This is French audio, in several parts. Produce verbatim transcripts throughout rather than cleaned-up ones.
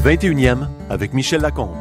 vingt et unième avec Michel Lacombe.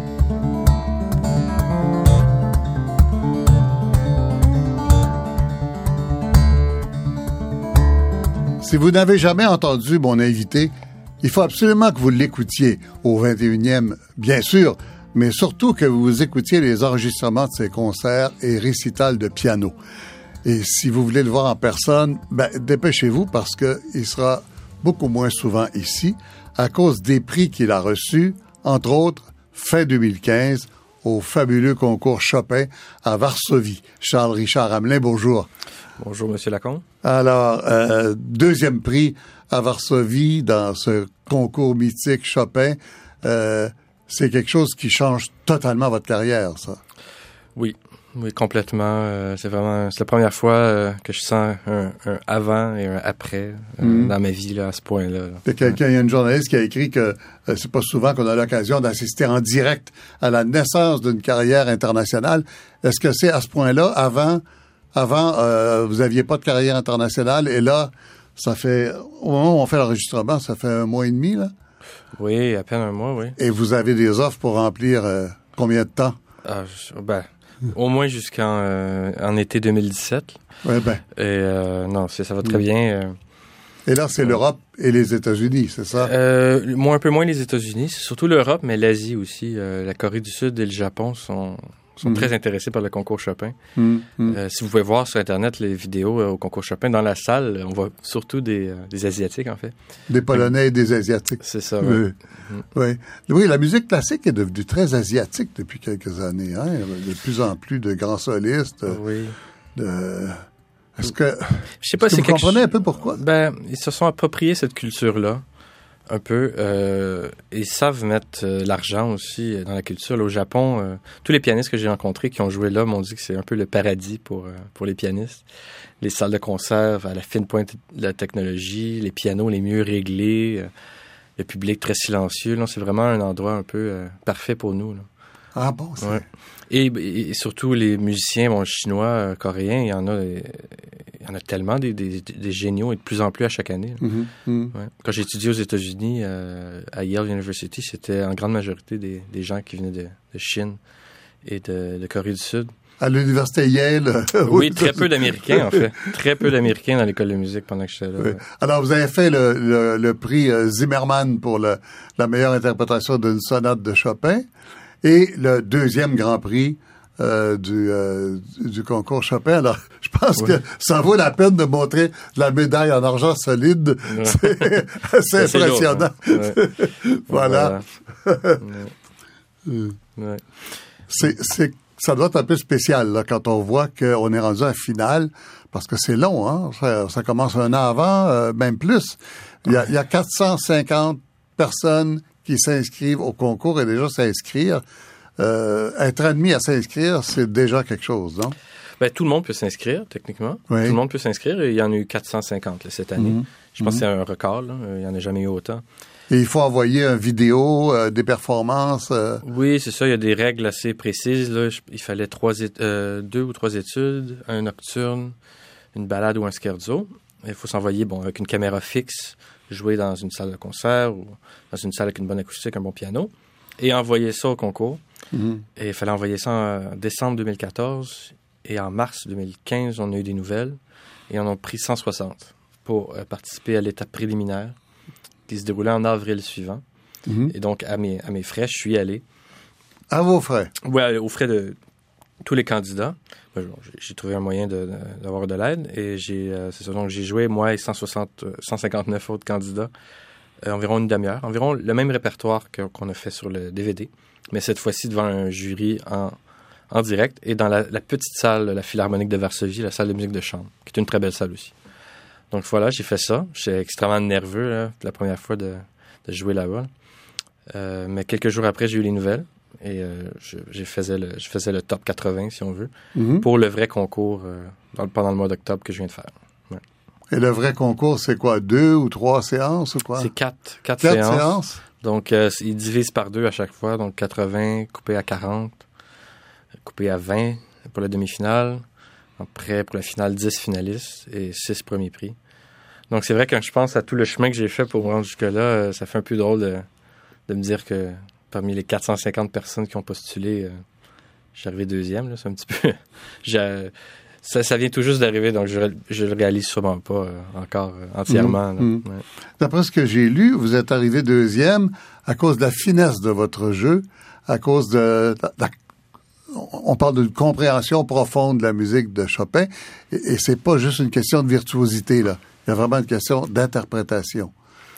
Si vous n'avez jamais entendu mon invité, il faut absolument que vous l'écoutiez au vingt et unième, bien sûr, mais surtout que vous écoutiez les enregistrements de ses concerts et récitals de piano. Et si vous voulez le voir en personne, ben, dépêchez-vous parce qu'il sera beaucoup moins souvent ici à cause des prix qu'il a reçus, entre autres, fin deux mille quinze, au fabuleux concours Chopin à Varsovie. Charles-Richard Hamelin, bonjour. Bonjour, M. Lacombe. Alors, euh, deuxième prix à Varsovie dans ce concours mythique Chopin. Euh, c'est quelque chose qui change totalement votre carrière, ça. Oui, oui, complètement. Euh, c'est vraiment, c'est la première fois euh, que je sens un, un avant et un après euh, mmh. dans ma vie là, à ce point-là. Là. Il y a quelqu'un, il y a une journaliste qui a écrit que euh, c'est pas souvent qu'on a l'occasion d'assister en direct à la naissance d'une carrière internationale. Est-ce que c'est à ce point-là, avant, avant, euh, vous aviez pas de carrière internationale et là, ça fait, au moment où on fait l'enregistrement, ça fait un mois et demi, là? Oui, à peine un mois, oui. Et vous avez des offres pour remplir euh, combien de temps? Ah, je, ben, au moins jusqu'en euh, en été deux mille dix-sept. Oui, ben. Et euh, non, c'est, ça va très bien. Euh, et là, c'est euh, l'Europe et les États-Unis, c'est ça? Euh, moins, un peu moins les États-Unis, c'est surtout l'Europe, mais l'Asie aussi. Euh, la Corée du Sud et le Japon sont... sont mmh. très intéressés par le concours Chopin. Mmh. Euh, si vous pouvez voir sur Internet les vidéos euh, au concours Chopin, dans la salle, on voit surtout des, euh, des Asiatiques, en fait. Des Polonais euh, et des Asiatiques. C'est ça, oui. Euh, mmh. oui. Oui, la musique classique est devenue très asiatique depuis quelques années. Hein? Il y a de plus en plus de grands solistes. Oui. De... Est-ce que, Je sais pas, est-ce que c'est vous quelque... comprenez un peu pourquoi? Ben, ils se sont appropriés cette culture-là. Un peu. Euh, ils savent mettre euh, l'argent aussi dans la culture. Là, au Japon, euh, tous les pianistes que j'ai rencontrés qui ont joué là m'ont dit que c'est un peu le paradis pour, euh, pour les pianistes. Les salles de concert à la fine pointe de la technologie, les pianos les mieux réglés, euh, le public très silencieux. Là, c'est vraiment un endroit un peu euh, parfait pour nous. Là. Ah bon? C'est... Ouais. Et, et, et surtout les musiciens, bon, chinois, euh, coréens, il y en a... Euh, Il y en a tellement des, des, des géniaux et de plus en plus à chaque année. Mm-hmm. Mm-hmm. Ouais. Quand j'ai étudié aux États-Unis, euh, à Yale University, c'était en grande majorité des, des gens qui venaient de, de Chine et de, de Corée du Sud. À l'université Yale? Oui, très peu d'Américains, en fait. Très peu d'Américains dans l'école de musique pendant que j'étais là. Oui. Alors, vous avez fait le, le, le prix Zimmermann pour le, la meilleure interprétation d'une sonate de Chopin et le deuxième grand prix Euh, du, euh, du concours Chopin. Alors, je pense ouais. que ça vaut la peine de montrer la médaille en argent solide. Ouais. C'est assez c'est impressionnant. Lourd, hein? Ouais. Voilà. voilà. ouais. Ouais. C'est, c'est, ça doit être un peu spécial là, quand on voit qu'on est rendu à finale, parce que c'est long, hein? Ça, ça commence un an avant, euh, même plus. Il y a, il y a quatre cent cinquante personnes qui s'inscrivent au concours et déjà s'inscrire. Euh, être admis à s'inscrire, c'est déjà quelque chose, non? Ben, tout le monde peut s'inscrire, techniquement. Oui. Tout le monde peut s'inscrire et il y en a eu quatre cent cinquante là, cette année. Mm-hmm. Je pense mm-hmm. que c'est un record, là. Il n'y en a jamais eu autant. Et il faut envoyer une vidéo, euh, des performances? Euh... Oui, c'est ça. Il y a des règles assez précises, là. Il fallait trois, euh, deux ou trois études, un nocturne, une balade ou un scherzo. Il faut s'envoyer, bon, avec une caméra fixe, jouer dans une salle de concert ou dans une salle avec une bonne acoustique, un bon piano, et envoyer ça au concours. Mm-hmm. Et il fallait envoyer ça en décembre deux mille quatorze et en mars deux mille quinze, on a eu des nouvelles et on a pris cent soixante pour euh, participer à l'étape préliminaire qui se déroulait en avril suivant. Mm-hmm. Et donc, à mes, à mes frais, je suis allé. À vos frais? Oui, aux frais de tous les candidats. Ben, j'ai trouvé un moyen de, de, d'avoir de l'aide et j'ai, euh, c'est ça, donc j'ai joué, moi et cent soixante, cent cinquante-neuf autres candidats, euh, environ une demi-heure, environ le même répertoire que, qu'on a fait sur le D V D. Mais cette fois-ci devant un jury en, en direct et dans la, la petite salle, la Philharmonique de Varsovie, la salle de musique de chambre, qui est une très belle salle aussi. Donc voilà, j'ai fait ça. J'étais extrêmement nerveux là, la première fois de, de jouer là-bas. Euh, mais quelques jours après, j'ai eu les nouvelles et euh, je, je, faisais le, je faisais le top quatre-vingts, si on veut, mm-hmm. pour le vrai concours euh, dans, pendant le mois d'octobre que je viens de faire. Ouais. Et le vrai concours, c'est quoi? Deux ou trois séances ou quoi? C'est quatre. Quatre, quatre séances. séances? Donc, euh, ils divisent par deux à chaque fois. Donc, quatre-vingts coupé à quarante, coupé à vingt pour la demi-finale. Après, pour la finale, dix finalistes et six premiers prix. Donc, c'est vrai que quand je pense à tout le chemin que j'ai fait pour me rendre jusque-là, euh, ça fait un peu drôle de, de me dire que parmi les quatre cent cinquante personnes qui ont postulé, euh, je suis arrivé deuxième. Là, c'est un petit peu... j'ai, ça, ça vient tout juste d'arriver, donc je, je le réalise sûrement pas euh, encore euh, entièrement. Mmh, mmh. Ouais. D'après ce que j'ai lu, vous êtes arrivé deuxième à cause de la finesse de votre jeu, à cause de... de, de on parle d'une compréhension profonde de la musique de Chopin, et, et c'est pas juste une question de virtuosité, là. Il y a vraiment une question d'interprétation.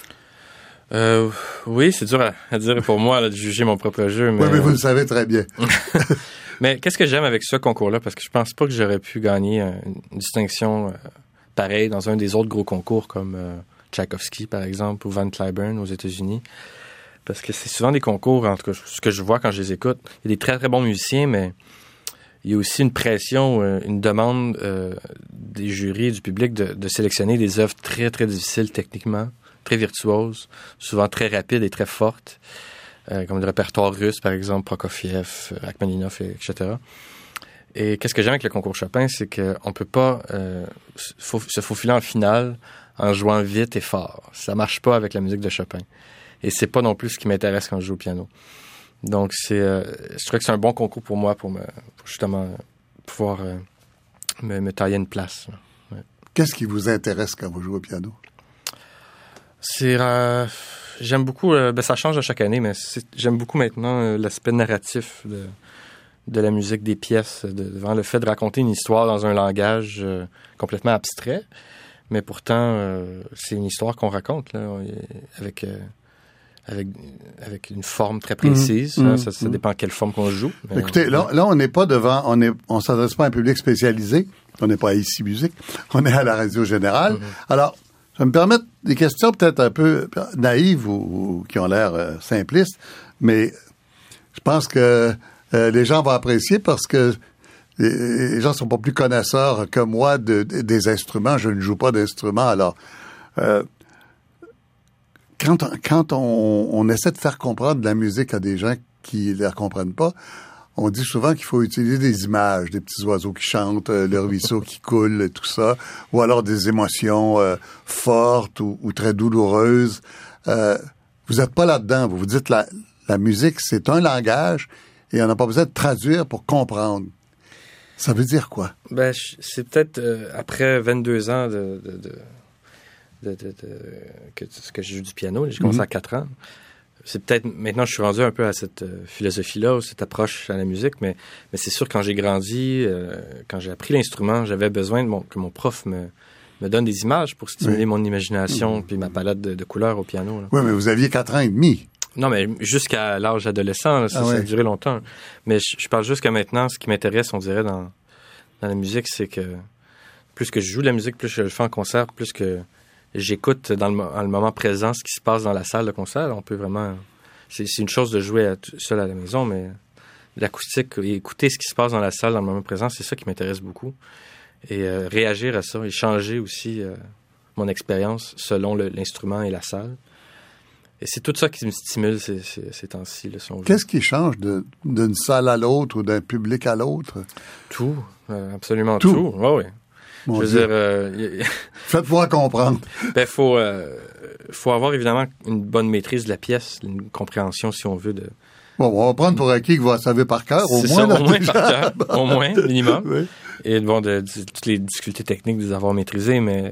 Euh, oui, c'est dur à, à dire pour moi là, de juger mon propre jeu. Mais, oui, mais vous le savez très bien. Mais qu'est-ce que j'aime avec ce concours-là? Parce que je pense pas que j'aurais pu gagner euh, une distinction euh, pareille dans un des autres gros concours comme euh, Tchaïkovski, par exemple, ou Van Cliburn aux États-Unis. Parce que c'est souvent des concours, en tout cas, ce que je vois quand je les écoute. Il y a des très, très bons musiciens, mais il y a aussi une pression, euh, une demande euh, des jurys, du public de, de sélectionner des œuvres très, très difficiles techniquement, très virtuoses, souvent très rapides et très fortes. Euh, comme le répertoire russe, par exemple, Prokofiev, Rachmaninov, et cetera. Et qu'est-ce que j'aime avec le concours Chopin, c'est qu'on peut pas euh, se faufiler en finale en jouant vite et fort. Ça marche pas avec la musique de Chopin. Et c'est pas non plus ce qui m'intéresse quand je joue au piano. Donc, c'est, euh, je trouve que c'est un bon concours pour moi pour, me, pour justement pouvoir euh, me, me tailler une place. Ouais. Qu'est-ce qui vous intéresse quand vous jouez au piano? C'est... Euh, J'aime beaucoup, euh, ben ça change à chaque année, mais c'est, j'aime beaucoup maintenant euh, l'aspect narratif de, de la musique, des pièces, de, de, le fait de raconter une histoire dans un langage euh, complètement abstrait, mais pourtant, euh, c'est une histoire qu'on raconte, là, avec, euh, avec, avec une forme très précise. Mmh, hein, mmh, ça, ça dépend quelle forme qu'on joue. Mais, écoutez, on, là, là, on n'est pas devant, on est, on s'adresse pas à un public spécialisé, on n'est pas à Ici Musique, on est à la Radio Générale. Mmh. Alors, ça me permet des questions peut-être un peu naïves ou, ou qui ont l'air euh, simplistes, mais je pense que euh, les gens vont apprécier parce que les, les gens sont pas plus connaisseurs que moi de, de, des instruments. Je ne joue pas d'instruments. Alors, euh, quand, on, quand on, on essaie de faire comprendre de la musique à des gens qui ne la comprennent pas, on dit souvent qu'il faut utiliser des images, des petits oiseaux qui chantent, euh, le ruisseau qui coule, tout ça, ou alors des émotions euh, fortes ou, ou très douloureuses. Euh, vous n'êtes pas là-dedans. Vous vous dites la, la musique, c'est un langage et on n'a pas besoin de traduire pour comprendre. Ça veut dire quoi? Ben, c'est peut-être euh, après vingt-deux ans de, de, de, de, de, de que, que je joue du piano. J'ai commencé mm-hmm. à quatre ans. C'est peut-être, maintenant, je suis rendu un peu à cette euh, philosophie-là, cette approche à la musique, mais, mais c'est sûr, quand j'ai grandi, euh, quand j'ai appris l'instrument, j'avais besoin de mon, que mon prof me, me donne des images pour stimuler oui. mon imagination, mmh. puis ma palette de, de couleurs au piano. Là. Oui, mais vous aviez quatre ans et demi. Non, mais jusqu'à l'âge adolescent, là, ça, ah ouais. ça a duré longtemps. Mais je, je parle jusqu'à maintenant, ce qui m'intéresse, on dirait, dans, dans la musique, c'est que plus que je joue de la musique, plus je le fais en concert, plus que j'écoute dans le, dans le moment présent ce qui se passe dans la salle de concert. On peut vraiment... C'est, c'est une chose de jouer à, seul à la maison, mais l'acoustique et écouter ce qui se passe dans la salle dans le moment présent, c'est ça qui m'intéresse beaucoup. Et euh, réagir à ça et changer aussi euh, mon expérience selon le, l'instrument et la salle. Et c'est tout ça qui me stimule ces, ces, ces temps-ci. Là, si on veut. Qu'est-ce qui change de, d'une salle à l'autre ou d'un public à l'autre? Tout. Euh, absolument tout. tout. Ouais, ouais. Mon Je veux Dieu. dire... Euh, Faites-moi comprendre. Ben, faut, euh, faut avoir évidemment une bonne maîtrise de la pièce, une compréhension, si on veut, de... Bon, on va prendre pour acquis que vous la savez par cœur, au c'est moins. Ça, là, au moins déjà. par cœur, au moins, minimum. Oui. Et bon, de, de, de, toutes les difficultés techniques de les avoir maîtrisées, mais,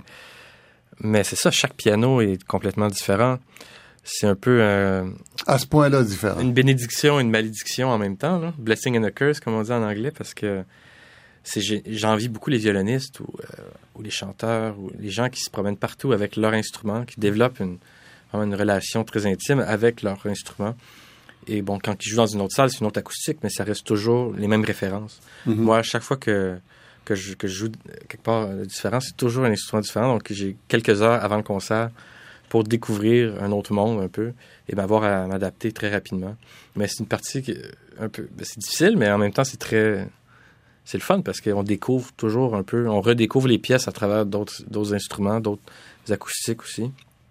mais c'est ça, chaque piano est complètement différent. C'est un peu... Euh, à ce point-là, différent. Une bénédiction et une malédiction en même temps, là. Blessing and a curse, comme on dit en anglais, parce que c'est, j'envie beaucoup les violonistes ou, euh, ou les chanteurs ou les gens qui se promènent partout avec leur instrument, qui développent une, vraiment une relation très intime avec leur instrument. Et bon, quand ils jouent dans une autre salle, c'est une autre acoustique, mais ça reste toujours les mêmes références. Mm-hmm. Moi, à chaque fois que, que, je, que je joue quelque part différent, c'est toujours un instrument différent. Donc, j'ai quelques heures avant le concert pour découvrir un autre monde un peu et m'avoir à m'adapter très rapidement. Mais c'est une partie qui un peu... Ben, c'est difficile, mais en même temps, c'est très... C'est le fun parce qu'on découvre toujours un peu... On redécouvre les pièces à travers d'autres, d'autres instruments, d'autres acoustiques aussi.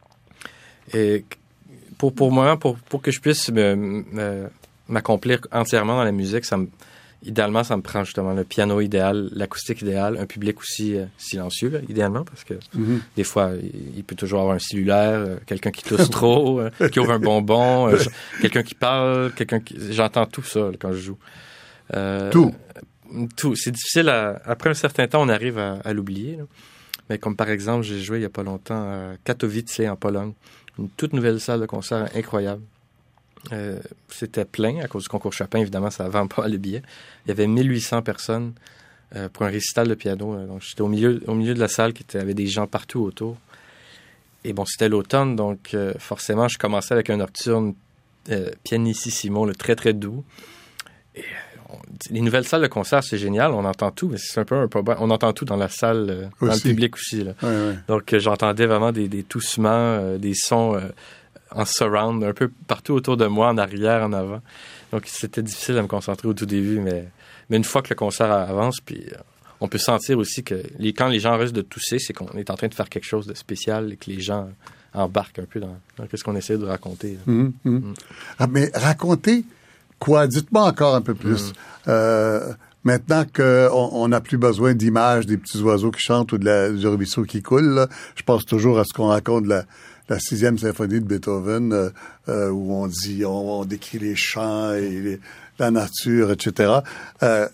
Et pour, pour moi, pour, pour que je puisse me, me, m'accomplir entièrement dans la musique, ça me, idéalement, ça me prend justement le piano idéal, l'acoustique idéal, un public aussi euh, silencieux, là, idéalement, parce que mm-hmm. des fois, il, il peut toujours avoir un cellulaire, euh, quelqu'un qui tousse trop, euh, qui ouvre un bonbon, euh, quelqu'un qui parle, quelqu'un qui... J'entends tout ça là, quand je joue. Euh, tout? Tout. C'est difficile à... Après un certain temps, on arrive à, à l'oublier. Là. Mais comme par exemple, j'ai joué il n'y a pas longtemps à Katowice, en Pologne. Une toute nouvelle salle de concert incroyable. Euh, c'était plein à cause du concours Chopin, évidemment, ça ne vend pas les billets. Il y avait mille huit cents personnes euh, pour un récital de piano. Donc, j'étais au milieu, au milieu de la salle qui était, avait des gens partout autour. Et bon, c'était l'automne, donc euh, forcément, je commençais avec un nocturne euh, pianissimo, le très, très doux. Et, on, les nouvelles salles de concert, c'est génial, on entend tout, mais c'est un peu un problème. On entend tout dans la salle, euh, dans le public aussi. Là. Ouais, ouais. Donc, euh, j'entendais vraiment des, des toussements, euh, des sons... Euh, en surround, un peu partout autour de moi, en arrière, en avant. Donc, c'était difficile de me concentrer au tout début, mais, mais une fois que le concert avance, puis euh, on peut sentir aussi que les, quand les gens restent de tousser, c'est qu'on est en train de faire quelque chose de spécial et que les gens embarquent un peu dans, dans ce qu'on essaie de raconter. Mmh, mmh. Mmh. Ah, mais raconter quoi? Dites-moi encore un peu plus. Mmh. Euh, maintenant qu'on n'a plus besoin d'images des petits oiseaux qui chantent ou de la, du ruisseau qui coule, là, je pense toujours à ce qu'on raconte de la la sixième symphonie de Beethoven, euh, euh, où on dit, on, on décrit les champs et les, la nature, et cetera. Euh,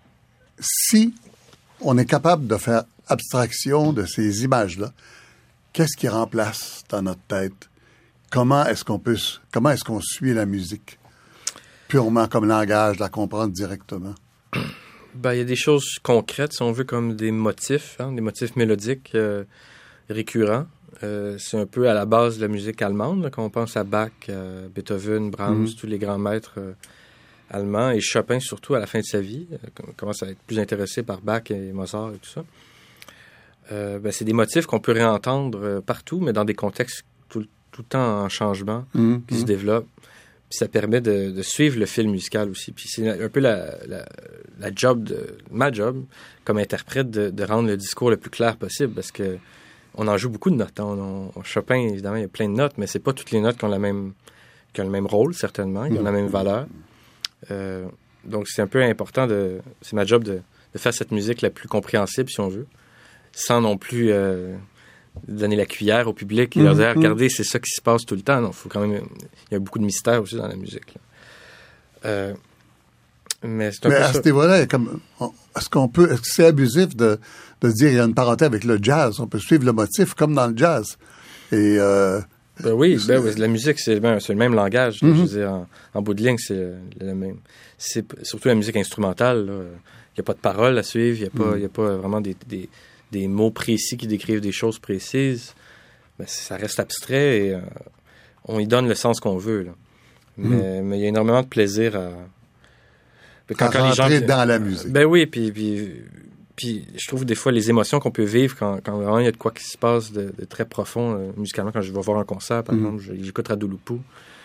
si on est capable de faire abstraction de ces images-là, qu'est-ce qui remplace dans notre tête? Comment est-ce qu'on peut, comment est-ce qu'on suit la musique? Purement comme langage, la comprendre directement. Ben, il y a des choses concrètes, si on veut, comme des motifs, hein, des motifs mélodiques euh, récurrents. Euh, c'est un peu à la base de la musique allemande, là, quand on pense à Bach, euh, Beethoven, Brahms, mm-hmm. tous les grands maîtres euh, allemands, et Chopin surtout à la fin de sa vie, euh, commence à être plus intéressé par Bach et Mozart et tout ça. Euh, ben, c'est des motifs qu'on peut réentendre euh, partout, mais dans des contextes tout, tout le temps en changement, mm-hmm. qui se développent. Puis ça permet de, de suivre le fil musical aussi. Puis c'est un peu la, la, la job, de, ma job, comme interprète, de, de rendre le discours le plus clair possible, parce que on en joue beaucoup de notes. Hein. On, on, Chopin, évidemment, il y a plein de notes, mais c'est pas toutes les notes qui ont, la même, qui ont le même rôle, certainement, qui ont la même valeur. Euh, donc, c'est un peu important de... C'est ma job de, de faire cette musique la plus compréhensible, si on veut, sans non plus euh, donner la cuillère au public et leur dire, regardez, c'est ça qui se passe tout le temps. Non, faut quand même... Il y a beaucoup de mystère aussi dans la musique. Là. Euh, mais c'est un mais peu à ça. ce niveau-là, comme, est-ce qu'on peut... Est-ce que c'est abusif de... de dire qu'il y a une parenté avec le jazz. On peut suivre le motif comme dans le jazz. Et euh, ben oui, ben oui, la musique, c'est, ben, c'est le même langage. Mm-hmm. Je veux dire, en, en bout de ligne, c'est le même. C'est surtout la musique instrumentale. Il n'y a pas de paroles à suivre. Il n'y a, mm. a pas vraiment des, des, des mots précis qui décrivent des choses précises. Ben, ça reste abstrait et euh, on y donne le sens qu'on veut. Là. Mais mm. il y a énormément de plaisir à... Quand, quand rentrer les gens, dans la musique. Ben oui, puis... puis Puis je trouve des fois les émotions qu'on peut vivre quand, quand vraiment il y a de quoi qui se passe de, de très profond euh, musicalement. Quand je vais voir un concert, par mm. exemple, j'écoute Radouloupou.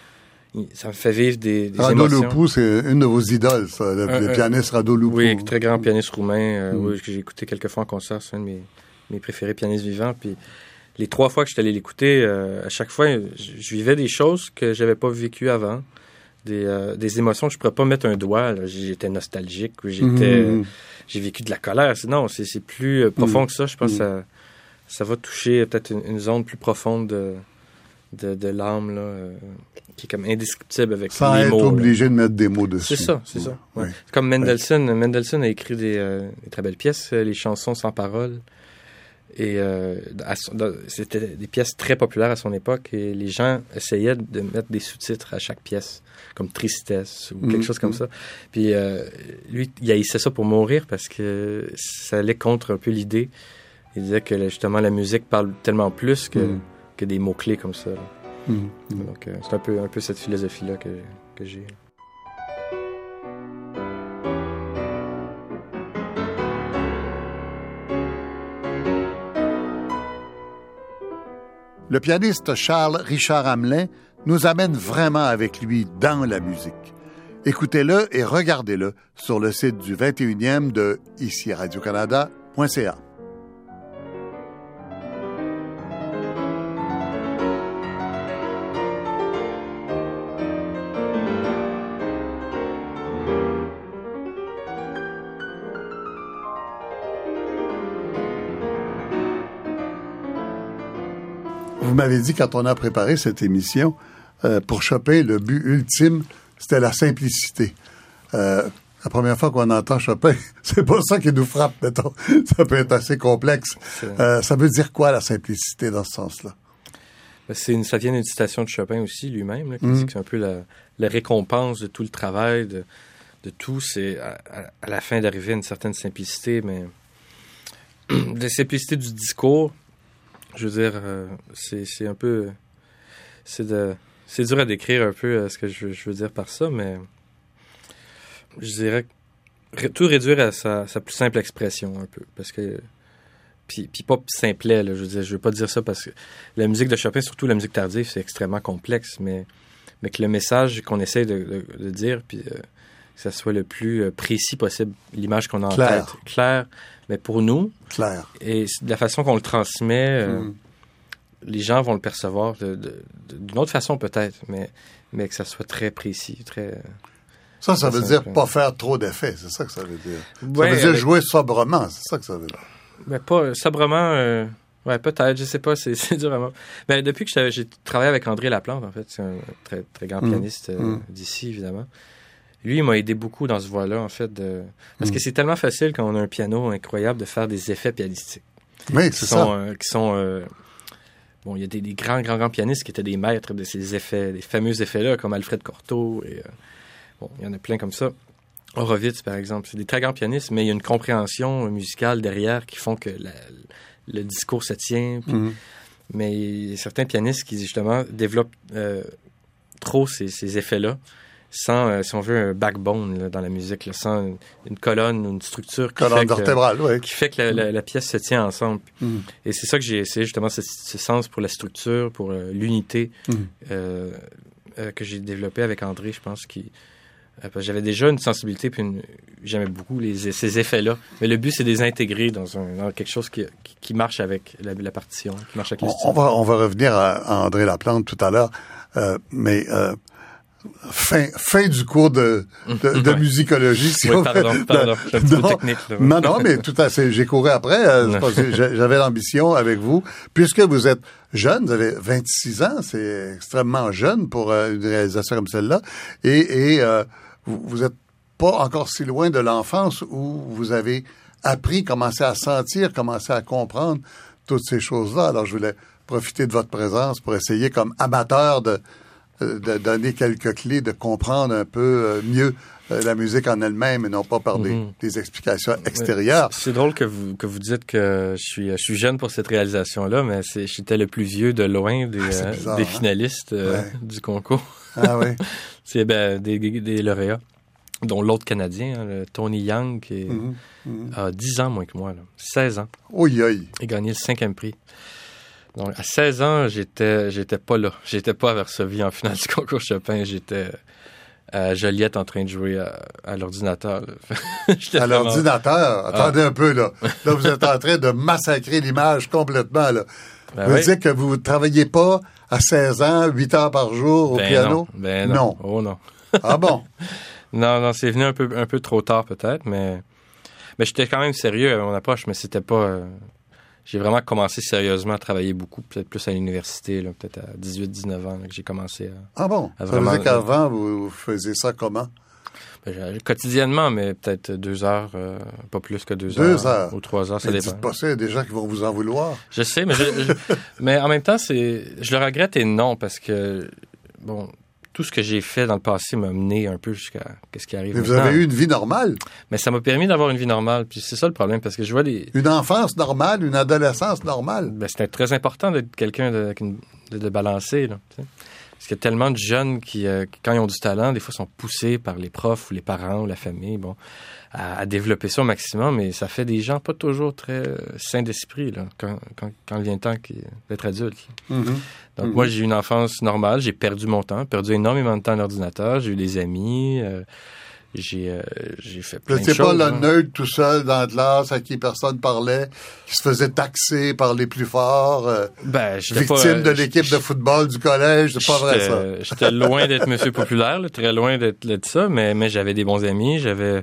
Ça me fait vivre des, des émotions. Radouloupou, c'est une de vos idoles, ça, le, euh, le pianiste Radouloupou. Oui, très grand pianiste roumain. Euh, mm. oui, que j'ai écouté quelques fois en concert. C'est un de mes, mes préférés pianistes vivants. Puis les trois fois que j'étais allé l'écouter, euh, à chaque fois, je, je vivais des choses que j'avais pas vécues avant. Des, euh, des émotions que je pourrais pas mettre un doigt. Là. J'étais nostalgique, j'étais, mmh. j'ai vécu de la colère. Non, c'est, c'est plus euh, profond mmh. que ça. Je pense mmh. que ça, ça va toucher peut-être une, une zone plus profonde de, de, de l'âme, là, euh, qui est comme indescriptible avec Sans les mots. Sans être obligé là. de mettre des mots dessus. C'est ça, c'est mmh. ça. Ouais. Oui. C'est comme Mendelssohn. Oui. Mendelssohn a écrit des, euh, des très belles pièces, les chansons sans paroles. Et euh, à, c'était des pièces très populaires à son époque et les gens essayaient de mettre des sous-titres à chaque pièce, comme Tristesse ou quelque mmh, chose comme mmh. ça. Puis euh, lui, il haïssait ça pour mourir parce que ça allait contre un peu l'idée. Il disait que justement la musique parle tellement plus que, mmh. que des mots-clés comme ça. Mmh, mmh. Donc euh, c'est un peu, un peu cette philosophie-là que, que j'ai. Le pianiste Charles Richard Hamelin nous amène vraiment avec lui dans la musique. Écoutez-le et regardez-le sur le site du vingt et unième de ici radio canada point c a. vous m'avez dit quand on a préparé cette émission, euh, pour Chopin, le but ultime, c'était la simplicité. Euh, la première fois qu'on entend Chopin, c'est pas ça qui nous frappe, mettons. Ça peut être assez complexe. Euh, ça veut dire quoi, la simplicité, dans ce sens-là? C'est une, ça vient d'une citation de Chopin aussi, lui-même, là, qui mmh. dit que c'est un peu la, la récompense de tout le travail, de, de tout. C'est à, à, à la fin d'arriver à une certaine simplicité, mais de simplicité du discours, je veux dire, euh, c'est, c'est un peu... C'est, de, c'est dur à décrire un peu euh, ce que je, je veux dire par ça, mais je dirais que tout réduire à sa, sa plus simple expression un peu, parce que... Puis, puis pas simplet, là, je veux dire, je veux pas dire ça parce que la musique de Chopin, surtout la musique tardive, c'est extrêmement complexe, mais, mais que le message qu'on essaie de, de, de dire, puis euh, que ça soit le plus euh, précis possible, l'image qu'on a en clair. tête, clair, mais pour nous, clair. Et de la façon qu'on le transmet, euh, mm. les gens vont le percevoir de, de, de, d'une autre façon peut-être, mais, mais que ça soit très précis, très... Ça, ça veut dire pas faire trop d'effets, c'est ça que ça veut dire. Ouais, ça veut dire avec... jouer sobrement, c'est ça que ça veut dire. Ben, pas sobrement, euh, ouais, peut-être, je sais pas, c'est, c'est dur vraiment. Ben, depuis que j'ai travaillé avec André Laplante, en fait, c'est un très, très grand pianiste euh, mmh. d'ici, évidemment. Lui, il m'a aidé beaucoup dans ce voie-là, en fait, de... parce mmh. que c'est tellement facile quand on a un piano incroyable de faire des effets pianistiques. Oui, c'est sont, ça. Euh, qui sont, euh... bon, il y a des, des grands, grands, grands pianistes qui étaient des maîtres de ces effets, des fameux effets-là, comme Alfred Cortot, et euh... bon, il y en a plein comme ça. Horowitz, par exemple, c'est des très grands pianistes, mais il y a une compréhension musicale derrière qui font que la, le discours se tient. Puis, mm-hmm. Mais il y a certains pianistes qui, justement, développent euh, trop ces, ces effets-là, sans, euh, si on veut, un backbone là, dans la musique, là, sans une, une colonne ou une structure qui, colonne fait vertébrale, que, oui. qui fait que la, la, la pièce se tient ensemble. Mm-hmm. Et c'est ça que j'ai essayé, justement, ce, ce sens pour la structure, pour euh, l'unité mm-hmm. euh, euh, que j'ai développé avec André, je pense, qui... J'avais déjà une sensibilité, puis une... j'aimais beaucoup les... ces effets-là. Mais le but, c'est de les intégrer dans, un... dans quelque chose qui, qui marche avec la, la partition, qui marche avec le style. On va, on va revenir à, à André Laplante tout à l'heure, euh, mais euh, fin, fin du cours de, de, de ouais. musicologie. Si oui, on pardon, fait, pardon, je suis un petit non, peu technique. Là. Non, non, mais tout à fait, j'ai couru après. Euh, pas, j'avais l'ambition avec vous. Puisque vous êtes jeune, vous avez vingt-six ans, c'est extrêmement jeune pour euh, une réalisation comme celle-là, et... et euh, vous n'êtes pas encore si loin de l'enfance où vous avez appris, commencé à sentir, commencé à comprendre toutes ces choses-là. Alors, je voulais profiter de votre présence pour essayer, comme amateur, de, de donner quelques clés, de comprendre un peu mieux la musique en elle-même et non pas par des, mm-hmm. des explications extérieures. C'est, c'est drôle que vous, que vous dites que je suis, je suis jeune pour cette réalisation-là, mais c'est, j'étais le plus vieux de loin des, ah, bizarre, des finalistes hein? euh, ouais. du concours. Ah oui. C'est ben, des, des lauréats, dont l'autre Canadien, hein, le Tony Young, qui est, mm-hmm. Mm-hmm. a dix ans moins que moi, là, seize ans. Oui, oui. Il a gagné le cinquième prix. Donc, à seize ans, j'étais, j'étais pas là. J'étais pas à Varsovie en finale du concours Chopin. J'étais à Joliette en train de jouer à, à l'ordinateur. à vraiment... l'ordinateur? Attendez ah. un peu, là. Là, vous êtes en train de massacrer l'image complètement, là. Ben vous oui. dites que vous ne travaillez pas à seize ans, huit heures par jour au ben piano? Non. Ben non. non. Oh non. Ah bon? Non, non, c'est venu un peu, un peu trop tard peut-être, mais, mais j'étais quand même sérieux à mon approche, mais c'était pas... Euh... J'ai vraiment commencé sérieusement à travailler beaucoup, peut-être plus à l'université, là, peut-être à dix-huit dix-neuf ans, là, que j'ai commencé à... Ah bon? À ça vraiment... veut dire qu'avant, vous faisiez ça comment? Ben, quotidiennement, mais peut-être deux heures, euh, pas plus que deux, deux heures. Deux heures? Ou trois heures, ça mais dépend. Dites pas ça, il y a des gens qui vont vous en vouloir. Je sais, mais, je, je, mais en même temps, c'est, je le regrette et non, parce que, bon... Tout ce que j'ai fait dans le passé m'a mené un peu jusqu'à ce qui arrive Mais maintenant. vous avez eu une vie normale? Mais ça m'a permis d'avoir une vie normale. Puis c'est ça le problème, parce que je vois des... Une enfance normale, une adolescence normale? Ben, c'était très important d'être quelqu'un de, de, de balancer, là, tu sais. Parce qu'il y a tellement de jeunes qui, euh, qui, quand ils ont du talent, des fois sont poussés par les profs ou les parents ou la famille, bon, à, à développer ça au maximum, mais ça fait des gens pas toujours très euh, sains d'esprit, là, quand, quand, quand vient le temps qui, d'être adulte. Mm-hmm. Donc, mm-hmm. moi, j'ai eu une enfance normale, j'ai perdu mon temps, perdu énormément de temps à l'ordinateur, j'ai eu des amis, euh, j'ai, euh, j'ai fait plein de choses. C'était pas le hein. nerd tout seul dans la classe à qui personne parlait, qui se faisait taxer par les plus forts, euh, ben, victime pas, de l'équipe de football du collège, c'est pas vrai ça. J'étais loin d'être monsieur populaire, là, très loin d'être, d'être ça, mais, mais j'avais des bons amis, j'avais,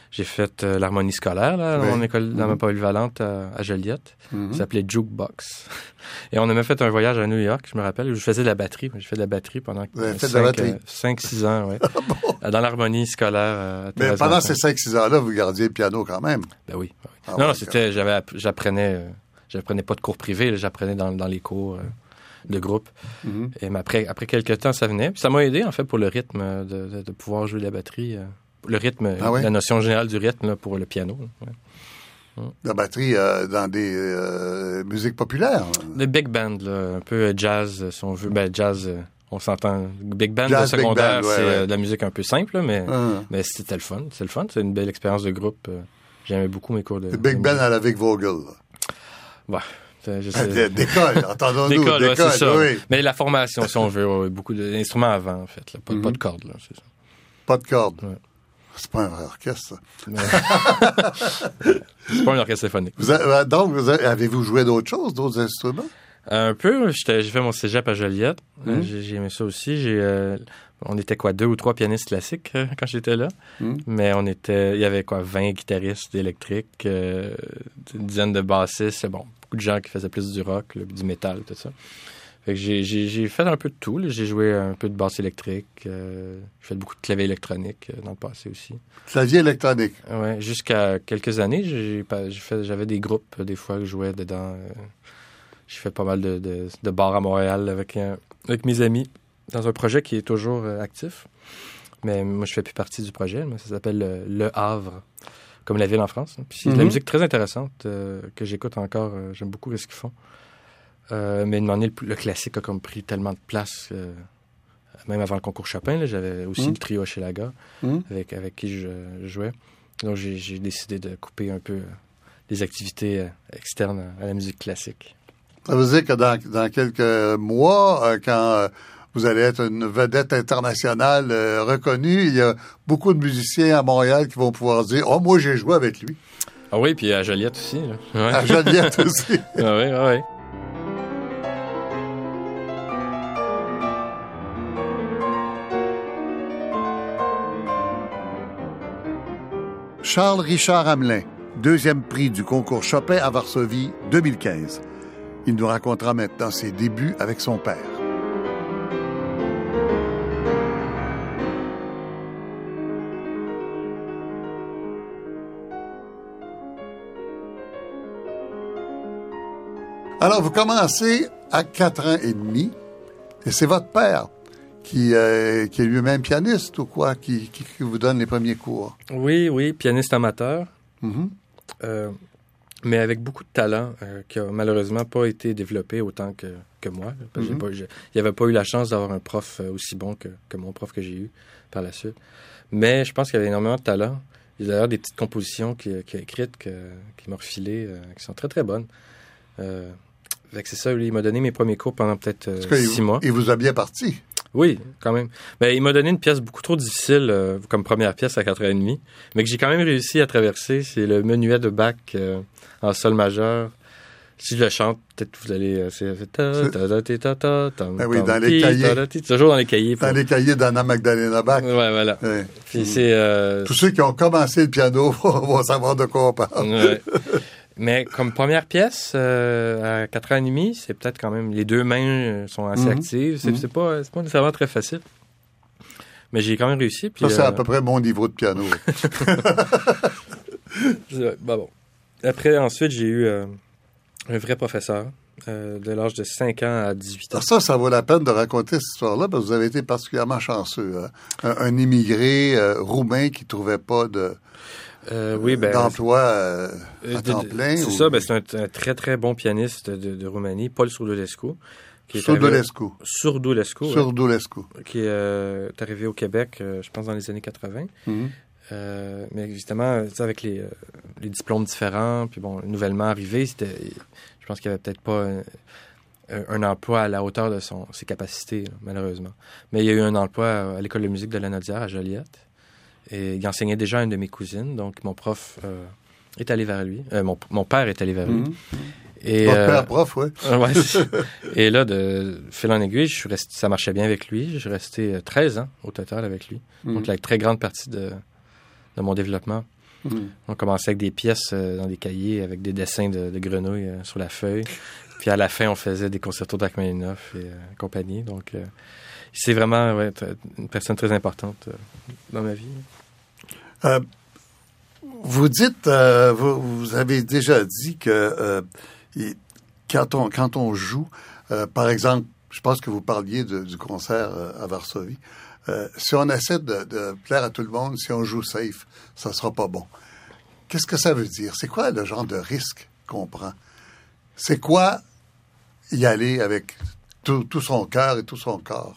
J'ai fait euh, l'harmonie scolaire là, dans Oui. mon école, dans Mm-hmm. ma polyvalente à, à Joliette. Mm-hmm. Ça s'appelait Jukebox. Et on a même fait un voyage à New York, je me rappelle, où je faisais de la batterie. J'ai fait de la batterie pendant Vous avez fait de la batterie? cinq six ans, ouais. bon. Dans l'harmonie scolaire. Euh, à Mais Thérèse pendant Martin. ces cinq six ans-là, vous gardiez le piano quand même. Ben oui. oui. Ah, non, ouais, non, c'était, j'avais, app- j'apprenais, euh, j'apprenais pas de cours privés, là, j'apprenais dans, dans les cours euh, de groupe. Mm-hmm. Et mais après, après quelques temps, ça venait. Puis ça m'a aidé, en fait, pour le rythme, euh, de, de, de pouvoir jouer de la batterie. Euh, le rythme, Ah ouais? la notion générale du rythme là, pour le piano. Ouais. La batterie euh, dans des euh, musiques populaires. Le big band, là, un peu jazz, si on veut. Ben, jazz, euh, on s'entend. Big band Jazz, de big secondaire, band, ouais, c'est ouais. euh, de la musique un peu simple, là, mais, Ah. mais c'était le fun. C'est le fun. C'est une belle expérience de groupe. euh, J'aimais beaucoup mes cours de. Le Big de Ben musique. à la Vic Vogel. Ouais. C'est- je Ah, sais- d- D'école, entendons-nous. D'école, ouais, D'école, c'est ça. oui. Mais la formation, si on veut, ouais, beaucoup d'instruments avant, en fait. Là. Pas, Mhm. pas de cordes, là, c'est ça. Pas de cordes. Ouais. C'est pas un vrai orchestre, ça. Mais- c'est pas un orchestre symphonique. Vous a- donc, vous a- avez-vous joué d'autres choses, d'autres instruments? Un peu, j'étais- j'ai fait mon cégep à Joliette. Mhm. Euh, J'ai, j'ai aimé ça aussi. J'ai, euh, on était quoi, deux ou trois pianistes classiques euh, quand j'étais là. Mhm. Mais on était, il y avait quoi, vingt guitaristes électriques, euh, une dizaine de bassistes. Bon, beaucoup de gens qui faisaient plus du rock, là, du métal, tout ça. Fait que j'ai, j'ai, j'ai fait un peu de tout. Là. J'ai joué un peu de basse électrique. Euh, j'ai fait beaucoup de clavier électronique euh, dans le passé aussi. Clavier électronique. Ouais, jusqu'à quelques années, j'ai, pas- j'ai fait, j'avais des groupes euh, des fois que je jouais dedans. euh, j'ai fait pas mal de, de, de bars à Montréal avec, un- avec mes amis dans un projet qui est toujours euh, actif. Mais moi, je fais plus partie du projet. Mais ça s'appelle euh, Le Havre, comme la ville en France. Puis c'est de la Mhm. musique très intéressante euh, que j'écoute encore. Euh, j'aime beaucoup ce qu'ils font. Euh, mais une année, le, le classique a comme pris tellement de place. euh, même avant le concours Chopin, là, j'avais aussi Mhm. le trio Hochelaga Mhm. avec, avec qui je, je jouais. Donc j'ai, j'ai décidé de couper un peu euh, les activités euh, externes à, à la musique classique. Ça veut dire que dans, dans quelques mois, euh, quand euh, vous allez être une vedette internationale euh, reconnue, il y a beaucoup de musiciens à Montréal qui vont pouvoir dire « Oh, moi, j'ai joué avec lui. Ah oui, puis à Joliette aussi. Là. » Ouais. À Joliette aussi. Ah oui, ah oui. Charles-Richard Hamelin, deuxième prix du concours Chopin à Varsovie deux mille quinze. Il nous racontera maintenant ses débuts avec son père. Alors, vous commencez à quatre ans et demi, et c'est votre père qui, euh, qui est lui-même pianiste ou quoi, qui, qui, qui vous donne les premiers cours. Oui, oui, pianiste amateur, Mhm. euh, mais avec beaucoup de talent euh, qui a malheureusement pas été développé autant que, que moi. Là, parce que j'ai Mhm. pas- j'ai- il n'y avait pas eu la chance d'avoir un prof euh, aussi bon que, que mon prof que j'ai eu par la suite. Mais je pense qu'il y avait énormément de talent. Il y a d'ailleurs des petites compositions qu'il qui a écrites, que, qu'il m'a refilées, euh, qui sont très, très bonnes. Euh, fait que c'est ça, lui, il m'a donné mes premiers cours pendant peut-être euh, Parce que il six vous- mois. Il vous a bien parti. Oui, quand même. Ben, il m'a donné une pièce beaucoup trop difficile euh, comme première pièce à quatre ans et demi, mais que j'ai quand même réussi à traverser. C'est le menuet de Bach euh, en sol majeur. Si je le chante, peut-être que vous allez... euh, c'est... ta- ta- ta- ta- ta- tam- Ben oui, tam- dans les ti- cahiers. ta- ta- ti- toujours dans les cahiers. Dans pour- les cahiers d'Anna Magdalena Bach. Ouais, voilà. Ouais. Puis c'est... euh, Tous ceux qui ont commencé le piano vont savoir de quoi on parle. ouais. Mais comme première pièce, euh, à quatre ans et demi, c'est peut-être quand même... Les deux mains euh, sont assez Mhm. actives. C'est, Mhm. c'est, pas, c'est pas nécessairement très facile. Mais j'ai quand même réussi. Puis, Ça, c'est euh, à peu près mon niveau de piano. Je- bah bon. Après, ensuite, j'ai eu euh, un vrai professeur euh, de l'âge de cinq ans à dix-huit ans. Alors ça, ça vaut la peine de raconter cette histoire-là, parce que vous avez été particulièrement chanceux. Hein. Un, un immigré euh, roumain qui ne trouvait pas de, Euh, oui, ben, d'emploi euh, euh, à de- temps de- plein. C'est ou- ça, ben, c'est un, un très, très bon pianiste de, de Roumanie, Paul Surdulescu. Qui est Surdulescu. arrivé- Surdulescu, ouais, Surdulescu. qui euh, est arrivé au Québec, euh, je pense, dans les années quatre-vingts. Mhm. Euh, mais évidemment, tu sais, avec les, euh, les diplômes différents, puis bon, nouvellement arrivé, c'était, je pense qu'il n'y avait peut-être pas un, un emploi à la hauteur de son, ses capacités, là, malheureusement. Mais il y a eu un emploi à l'école de musique de la Naudière à Joliette. Et il enseignait déjà à une de mes cousines, donc mon prof euh, est allé vers lui. Euh, mon, mon père est allé vers lui. Mhm. Et, Votre euh, père prof, oui. ouais, c'est- et là, de fil en aiguille, je suis resté, ça marchait bien avec lui. Je suis resté euh, treize ans au total avec lui. Mhm. Donc, la très grande partie de, de mon développement. Mmh. On commençait avec des pièces euh, dans des cahiers avec des dessins de, de grenouilles euh, sur la feuille. Puis à la fin, on faisait des concertos d'Rachmaninoff et euh, compagnie. Donc, euh, c'est vraiment ouais, une personne très importante euh, dans ma vie. Euh, vous dites, euh, vous, vous avez déjà dit que euh, il, quand, on, quand on joue, euh, par exemple, je pense que vous parliez de, du concert euh, à Varsovie, euh, si on essaie de, de plaire à tout le monde, si on joue safe, ça sera pas bon. Qu'est-ce que ça veut dire? C'est quoi le genre de risque qu'on prend? C'est quoi y aller avec tout, tout son cœur et tout son corps?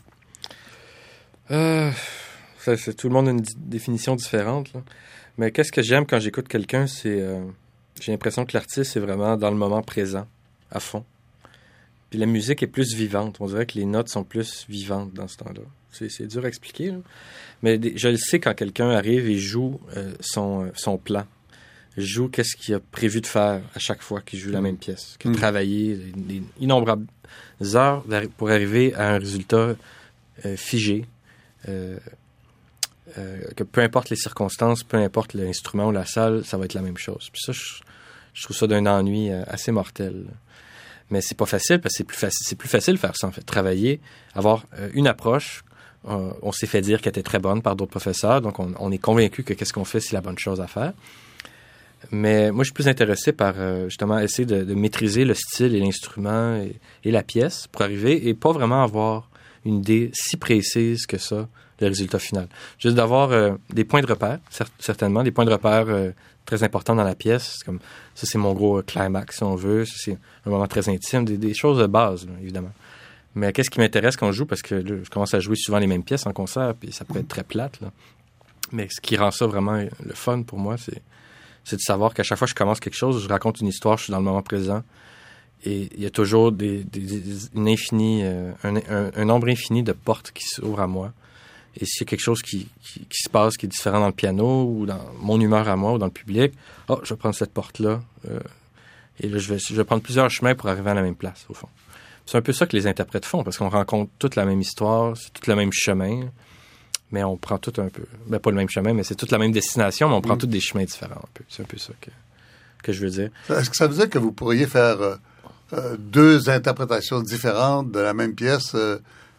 Euh, ça, c'est, tout le monde a une d- définition différente, là. Mais qu'est-ce que j'aime quand j'écoute quelqu'un, c'est... Euh, j'ai l'impression que l'artiste est vraiment dans le moment présent, à fond. Puis la musique est plus vivante. On dirait que les notes sont plus vivantes dans ce temps-là. C'est, c'est dur à expliquer, là. Mais des, je le sais quand quelqu'un arrive et joue euh, son, euh, son plan. Joue qu'est-ce qu'il a prévu de faire à chaque fois qu'il joue la même pièce. Qu'il a Mm. travaillé des, des innombrables heures pour arriver à un résultat euh, figé. Euh, euh, que peu importe les circonstances, peu importe l'instrument ou la salle, ça va être la même chose. Puis ça, je, je trouve ça d'un ennui euh, assez mortel. Mais c'est pas facile parce que c'est plus facile, c'est plus facile de faire ça en fait. Travailler, avoir euh, une approche. Euh, on s'est fait dire qu'elle était très bonne par d'autres professeurs, donc on, on est convaincu que qu'est-ce qu'on fait, c'est la bonne chose à faire. Mais moi, je suis plus intéressé par euh, justement essayer de, de maîtriser le style et l'instrument et, et la pièce pour arriver et pas vraiment avoir une idée si précise que ça, le résultat final. Juste d'avoir euh, des points de repère, cer- certainement, des points de repère euh, très importants dans la pièce. C'est comme, ça, c'est mon gros climax, si on veut. Ça, c'est un moment très intime, des, des choses de base, là, évidemment. Mais qu'est-ce qui m'intéresse quand je joue? Parce que là, je commence à jouer souvent les mêmes pièces en concert, puis ça peut être très plate, là. Mais ce qui rend ça vraiment le fun pour moi, c'est c'est de savoir qu'à chaque fois que je commence quelque chose, je raconte une histoire, je suis dans le moment présent. Et il y a toujours des, des, des, une infinie, euh, un, un, un nombre infini de portes qui s'ouvrent à moi. Et s'il y a quelque chose qui, qui, qui se passe, qui est différent dans le piano, ou dans mon humeur à moi, ou dans le public, oh, je vais prendre cette porte-là. Euh, et là, je vais, je vais prendre plusieurs chemins pour arriver à la même place, au fond. C'est un peu ça que les interprètes font, parce qu'on rencontre toute la même histoire, c'est tout le même chemin. Mais on prend tout un peu... Ben, pas le même chemin, mais c'est toute la même destination, mais on prend mmh. tous des chemins différents un peu. C'est un peu ça que, que je veux dire. Est-ce que ça veut dire que vous pourriez faire euh, euh, deux interprétations différentes de la même pièce, euh,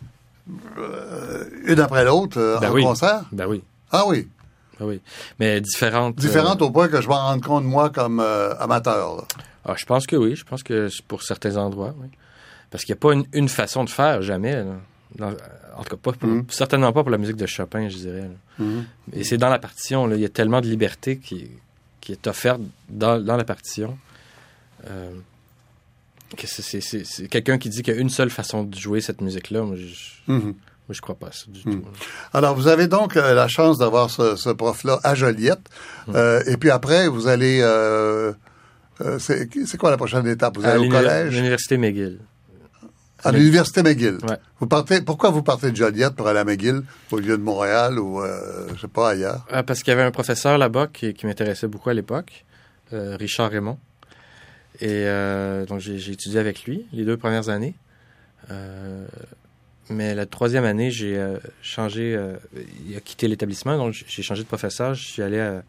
euh, une après l'autre, euh, ben en oui. concert? Ben oui. Ah oui? Ben oui. Mais différentes... Différentes euh... au point que je m'en rende compte, moi, comme euh, amateur. Là. Ah, je pense que oui. Je pense que c'est pour certains endroits, oui. Parce qu'il n'y a pas une, une façon de faire, jamais, là. Dans, en tout cas, pas pour, mm. certainement pas pour la musique de Chopin, je dirais. Mm. Et c'est dans la partition. Là, il y a tellement de liberté qui, qui est offerte dans, dans la partition. Euh, que c'est, c'est, c'est, c'est quelqu'un qui dit qu'il y a une seule façon de jouer cette musique-là. Moi, je, mm-hmm. moi, je crois pas à ça du mm. tout. Alors, vous avez donc euh, la chance d'avoir ce, ce prof-là à Joliette. Mm. Euh, et puis après, vous allez... Euh, euh, c'est, c'est quoi la prochaine étape? Vous allez au collège? L'Université McGill. À l'Université McGill. Ouais. Vous partez, pourquoi vous partez de Joliette pour aller à McGill au lieu de Montréal ou, euh, je sais pas, ailleurs? Ah, parce qu'il y avait un professeur là-bas qui, qui m'intéressait beaucoup à l'époque, euh, Richard Raymond. Et euh, donc, j'ai, j'ai étudié avec lui les deux premières années. Euh, mais la troisième année, j'ai euh, changé... Euh, il a quitté l'établissement, donc j'ai changé de professeur. Je suis allé à,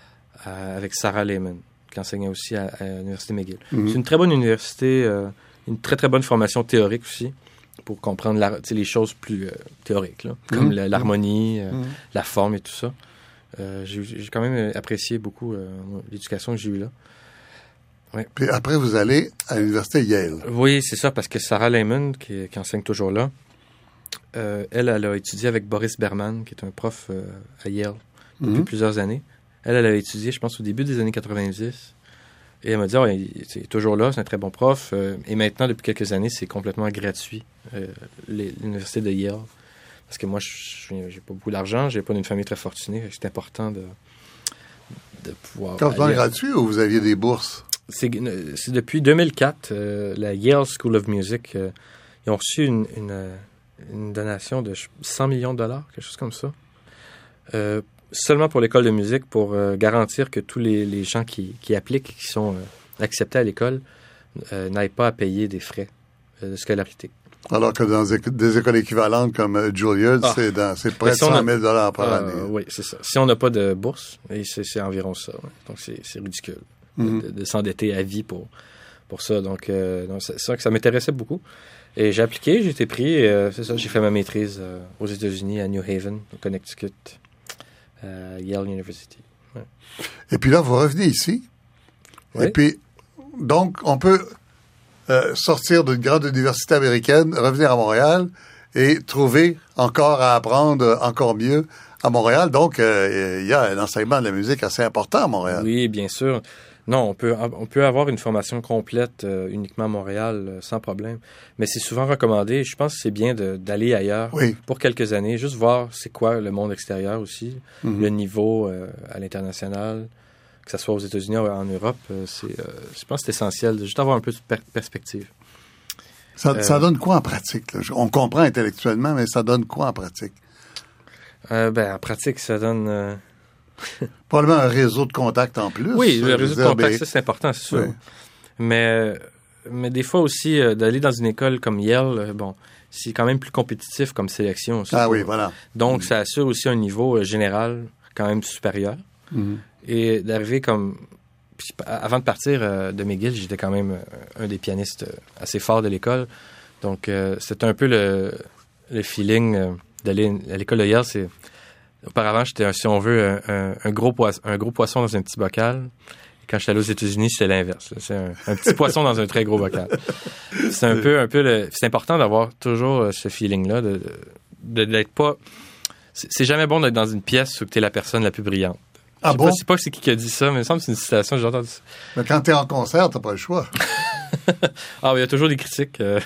à, avec Sarah Lehman, qui enseignait aussi à, à l'Université McGill. Mm-hmm. C'est une très bonne université... Euh, une très, très bonne formation théorique aussi pour comprendre la, les choses plus euh, théoriques, là, comme mmh. la, l'harmonie, euh, mmh. la forme et tout ça. Euh, j'ai, j'ai quand même apprécié beaucoup euh, l'éducation que j'ai eue là. Ouais. Puis après, vous allez à l'université Yale. Oui, c'est ça, parce que Sarah Lehman, qui, qui enseigne toujours là, euh, elle, elle a étudié avec Boris Berman, qui est un prof euh, à Yale depuis mmh. plusieurs années. Elle, elle a étudié, je pense, au début des années quatre-vingt-dix. Et elle m'a dit, oh, il est toujours là, c'est un très bon prof. Euh, et maintenant, depuis quelques années, c'est complètement gratuit, euh, l'université de Yale. Parce que moi, je n'ai pas beaucoup d'argent, je n'ai pas d'une famille très fortunée. C'est important de, de pouvoir... Complètement gratuit ou vous aviez des bourses? C'est, c'est depuis deux mille quatre, euh, la Yale School of Music, euh, ils ont reçu une, une, une donation de cent millions de dollars, quelque chose comme ça. Euh, seulement pour l'école de musique, pour euh, garantir que tous les, les gens qui, qui appliquent, qui sont euh, acceptés à l'école, euh, n'aillent pas à payer des frais euh, de scolarité. Alors que dans des, des écoles équivalentes comme euh, Juilliard, ah. c'est, dans, c'est près de si cent mille dollars par euh, année. Oui, c'est ça. Si on n'a pas de bourse, et c'est, c'est environ ça. Ouais. Donc, c'est, c'est ridicule mm-hmm. de, de s'endetter à vie pour, pour ça. Donc, euh, donc, c'est ça que ça m'intéressait beaucoup. Et j'ai appliqué, j'ai été pris. Et, euh, c'est ça, j'ai fait ma maîtrise euh, aux États-Unis, à New Haven, au Connecticut, à Yale University. Ouais. Et puis là, vous revenez ici. Oui. Et puis, donc, on peut euh, sortir d'une grande université américaine, revenir à Montréal et trouver encore à apprendre encore mieux à Montréal. Donc, euh, il y a un enseignement de la musique assez important à Montréal. Oui, bien sûr. Non, on peut, on peut avoir une formation complète euh, uniquement à Montréal euh, sans problème. Mais c'est souvent recommandé. Je pense que c'est bien de, d'aller ailleurs oui. pour quelques années, juste voir c'est quoi le monde extérieur aussi, mm-hmm. le niveau euh, à l'international, que ce soit aux États-Unis ou en Europe. Euh, c'est, euh, je pense que c'est essentiel de juste avoir un peu de per- perspective. Ça, euh, ça donne quoi en pratique? Là? On comprend intellectuellement, mais ça donne quoi en pratique? Euh, ben, en pratique, ça donne... Euh... Probablement un réseau de contacts en plus. Oui, le réseau de dire, contacts, mais... ça, c'est important, c'est sûr. Oui. Mais, mais des fois aussi, euh, d'aller dans une école comme Yale, euh, bon, c'est quand même plus compétitif comme sélection. Ah pour... oui, voilà. Donc, mm. ça assure aussi un niveau euh, général quand même supérieur. Mm. Et d'arriver comme... Puis, avant de partir euh, de McGill, j'étais quand même euh, un des pianistes euh, assez forts de l'école. Donc, euh, c'était un peu le, le feeling euh, d'aller à l'école de Yale, c'est... Auparavant, j'étais, si on veut, un, un, un, gros poisson, un gros poisson dans un petit bocal. Et quand j'étais allé aux États-Unis, c'était l'inverse. Là. C'est un, un petit poisson dans un très gros bocal. C'est un peu, un peu le, c'est important d'avoir toujours ce feeling-là, de, de, d'être pas... C'est, c'est jamais bon d'être dans une pièce où tu es la personne la plus brillante. Ah je bon? Pas, je sais pas c'est qui qui a dit ça, mais il me semble que c'est une citation que j'ai entendue. Mais quand tu es en concert, t'as pas le choix. Ah, il y a toujours des critiques euh,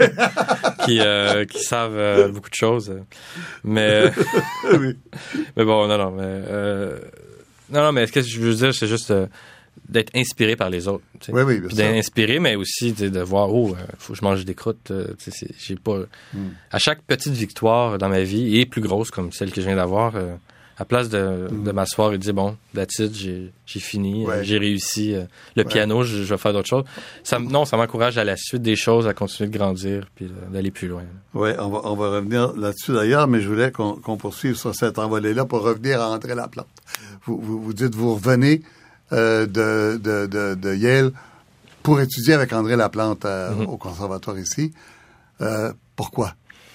qui, euh, qui savent euh, beaucoup de choses. Mais, oui. mais bon, non, non, mais euh, non, non, mais ce que je veux dire, c'est juste euh, d'être inspiré par les autres. T'sais. Oui, oui, bien Puis sûr. d'être inspiré, mais aussi de voir, oh, euh, faut que je mange des croûtes. Euh, c'est, j'ai pas. Mm. À chaque petite victoire dans ma vie, et plus grosse comme celle que je viens d'avoir. Euh, À place de, mm. de m'asseoir et de dire, bon, that's it, j'ai, j'ai fini, ouais. euh, j'ai réussi. Euh, le ouais. piano, je, je vais faire d'autres choses. Ça, non, ça m'encourage à la suite des choses, à continuer de grandir puis euh, d'aller plus loin. Oui, on va, on va revenir là-dessus d'ailleurs, mais je voulais qu'on, qu'on poursuive sur cet envolée-là pour revenir à André Laplante. Vous, vous, vous dites, vous revenez euh, de, de, de, de Yale pour étudier avec André Laplante euh, mm-hmm. au conservatoire ici. Euh, pourquoi?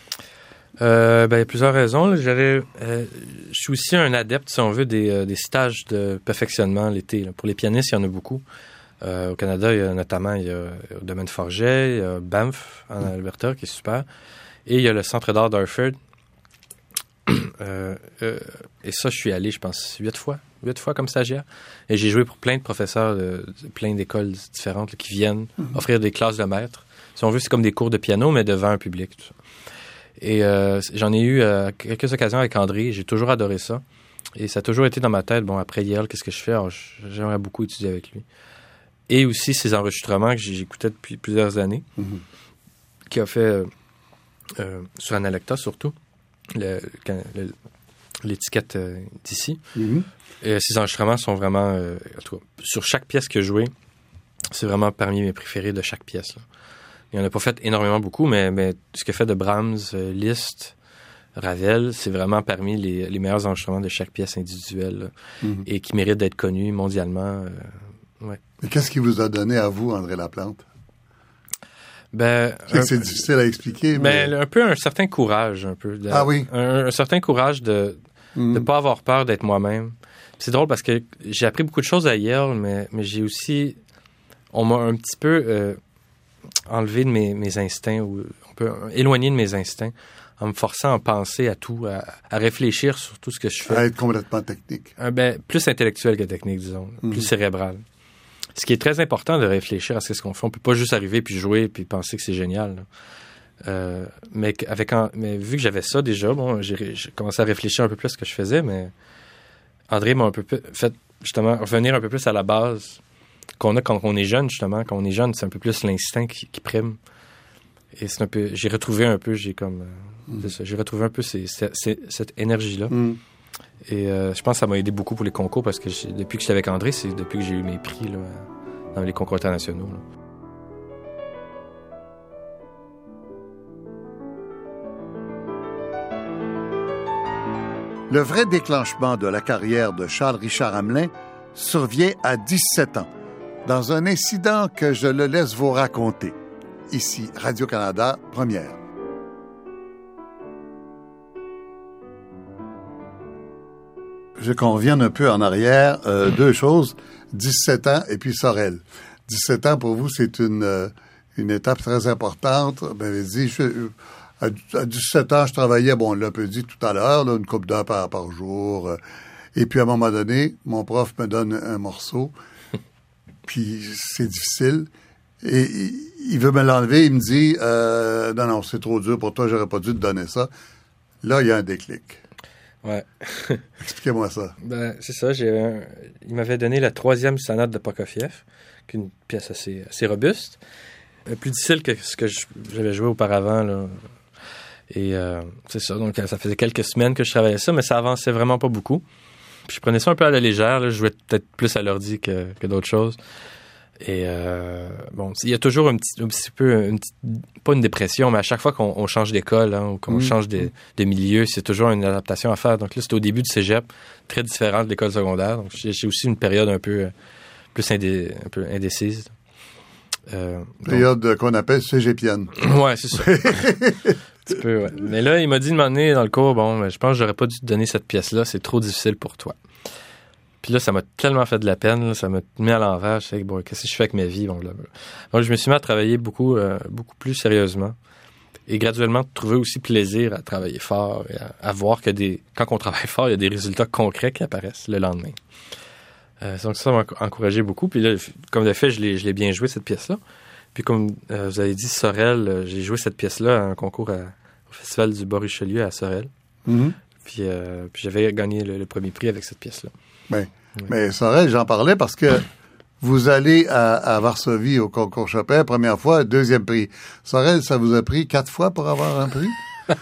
Euh, ben, il y a plusieurs raisons. Là. J'avais, euh, je suis aussi un adepte, si on veut, des, euh, des stages de perfectionnement l'été. Là. Pour les pianistes, il y en a beaucoup. Euh, au Canada, il y a notamment il y a, au domaine Forget, il y a Banff en Alberta, qui est super. Et il y a le Centre d'art d'Hartford. euh, euh, et ça, je suis allé, je pense, huit fois. Huit fois comme stagiaire. Et j'ai joué pour plein de professeurs, de, de plein d'écoles différentes là, qui viennent mm-hmm. offrir des classes de maître. Si on veut, c'est comme des cours de piano, mais devant un public, tout ça. Et euh, j'en ai eu euh, quelques occasions avec André. J'ai toujours adoré ça. Et ça a toujours été dans ma tête. Bon, après Yale, qu'est-ce que je fais? Alors, j'aimerais beaucoup étudier avec lui. Et aussi ses enregistrements que j'écoutais depuis plusieurs années, mm-hmm. qui a fait euh, euh, sur Analecta surtout, le, le, l'étiquette euh, d'ici. Mm-hmm. Et ces enregistrements sont vraiment... Euh, en tout cas, sur chaque pièce que j'ai jouée, c'est vraiment parmi mes préférés de chaque pièce, là. Il n'en a pas fait énormément beaucoup, mais, mais ce qu'il fait de Brahms, euh, Liszt, Ravel, c'est vraiment parmi les, les meilleurs enregistrements de chaque pièce individuelle mm-hmm. et qui mérite d'être connu mondialement. Euh, ouais. Et qu'est-ce qui vous a donné à vous, André Laplante? Ben, Je sais que c'est difficile à expliquer, mais... Ben, un peu un certain courage, un peu. De, ah oui? Un, un certain courage de ne mm-hmm. pas avoir peur d'être moi-même. C'est drôle parce que j'ai appris beaucoup de choses à Yale, mais, mais j'ai aussi... On m'a un petit peu... Euh, enlever de mes, mes instincts ou on peut éloigner de mes instincts en me forçant à penser à tout, à, à réfléchir sur tout ce que je fais. À être complètement technique. Euh, ben, plus intellectuel que technique, disons. Mm-hmm. Plus cérébral. Ce qui est très important de réfléchir à ce qu'on fait. On peut pas juste arriver puis jouer puis penser que c'est génial. Euh, mais, avec un, mais vu que j'avais ça déjà, bon, j'ai, j'ai commencé à réfléchir un peu plus à ce que je faisais, mais André m'a un peu fait justement revenir un peu plus à la base qu'on a quand on est jeune, justement. Quand on est jeune, c'est un peu plus l'instinct qui, qui prime. Et c'est un peu... J'ai retrouvé un peu, j'ai comme... Euh, mm. c'est ça, j'ai retrouvé un peu ces, ces, ces, cette énergie-là. Mm. Et euh, je pense que ça m'a aidé beaucoup pour les concours parce que depuis que j'étais avec André, c'est depuis que j'ai eu mes prix là, dans les concours internationaux. Là. Le vrai déclenchement de la carrière de Charles-Richard Hamelin survient à dix-sept ans, dans un incident que je le laisse vous raconter. Ici, Radio-Canada, première. Je qu'on revienne un peu en arrière, euh, deux choses, dix-sept ans et puis Sorel. dix-sept ans, pour vous, c'est une, euh, une étape très importante. Vous m'avez dit, je, à, à dix-sept ans, je travaillais, bon, on l'a un peu dit tout à l'heure, là, une couple d'heures par, par jour. Euh, et puis, à un moment donné, mon prof me donne un morceau, puis c'est difficile. Et il, il veut me l'enlever, il me dit, euh, non, non, c'est trop dur pour toi, j'aurais pas dû te donner ça. Là, il y a un déclic. Ouais. Expliquez-moi ça. Ben, c'est ça. J'ai un... Il m'avait donné la troisième sonate de Prokofiev, qui est une pièce assez, assez robuste, euh, plus difficile que ce que je, j'avais joué auparavant, là. Et euh, c'est ça. Donc, ça faisait quelques semaines que je travaillais ça, mais ça avançait vraiment pas beaucoup. Puis je prenais ça un peu à la légère. Là. Je jouais peut-être plus à l'ordi que, que d'autres choses. Et euh, bon, il y a toujours un petit, un petit peu, une petite, pas une dépression, mais à chaque fois qu'on on change d'école, hein, ou qu'on mmh. change de, de milieu, c'est toujours une adaptation à faire. Donc là, c'était au début du cégep, très différent de l'école secondaire. Donc j'ai, j'ai aussi une période un peu plus indé, un peu indécise. Euh, période donc, qu'on appelle cégepienne. Ouais, c'est ça. Un petit peu, ouais. Mais là, il m'a dit de m'emmener dans le cours, bon, je pense que j'aurais pas dû te donner cette pièce-là, c'est trop difficile pour toi. Puis là, ça m'a tellement fait de la peine, là, ça m'a mis à l'envers. Je sais que, bon, qu'est-ce que je fais avec ma vie? Bon, là, donc, je me suis mis à travailler beaucoup, euh, beaucoup plus sérieusement. Et graduellement, trouver aussi plaisir à travailler fort et à, à voir que des, quand on travaille fort, il y a des résultats concrets qui apparaissent le lendemain. Euh, donc ça m'a encouragé beaucoup. Puis là, comme de fait, je l'ai, je l'ai bien joué, cette pièce-là. Puis comme euh, vous avez dit, Sorel, euh, j'ai joué cette pièce-là à un concours à, au Festival du Bas-Richelieu à Sorel. Mm-hmm. Puis, euh, puis j'avais gagné le, le premier prix avec cette pièce-là. Ben, oui. Mais Sorel, j'en parlais parce que vous allez à, à Varsovie au concours Chopin, première fois, deuxième prix. Sorel, ça vous a pris quatre fois pour avoir un prix?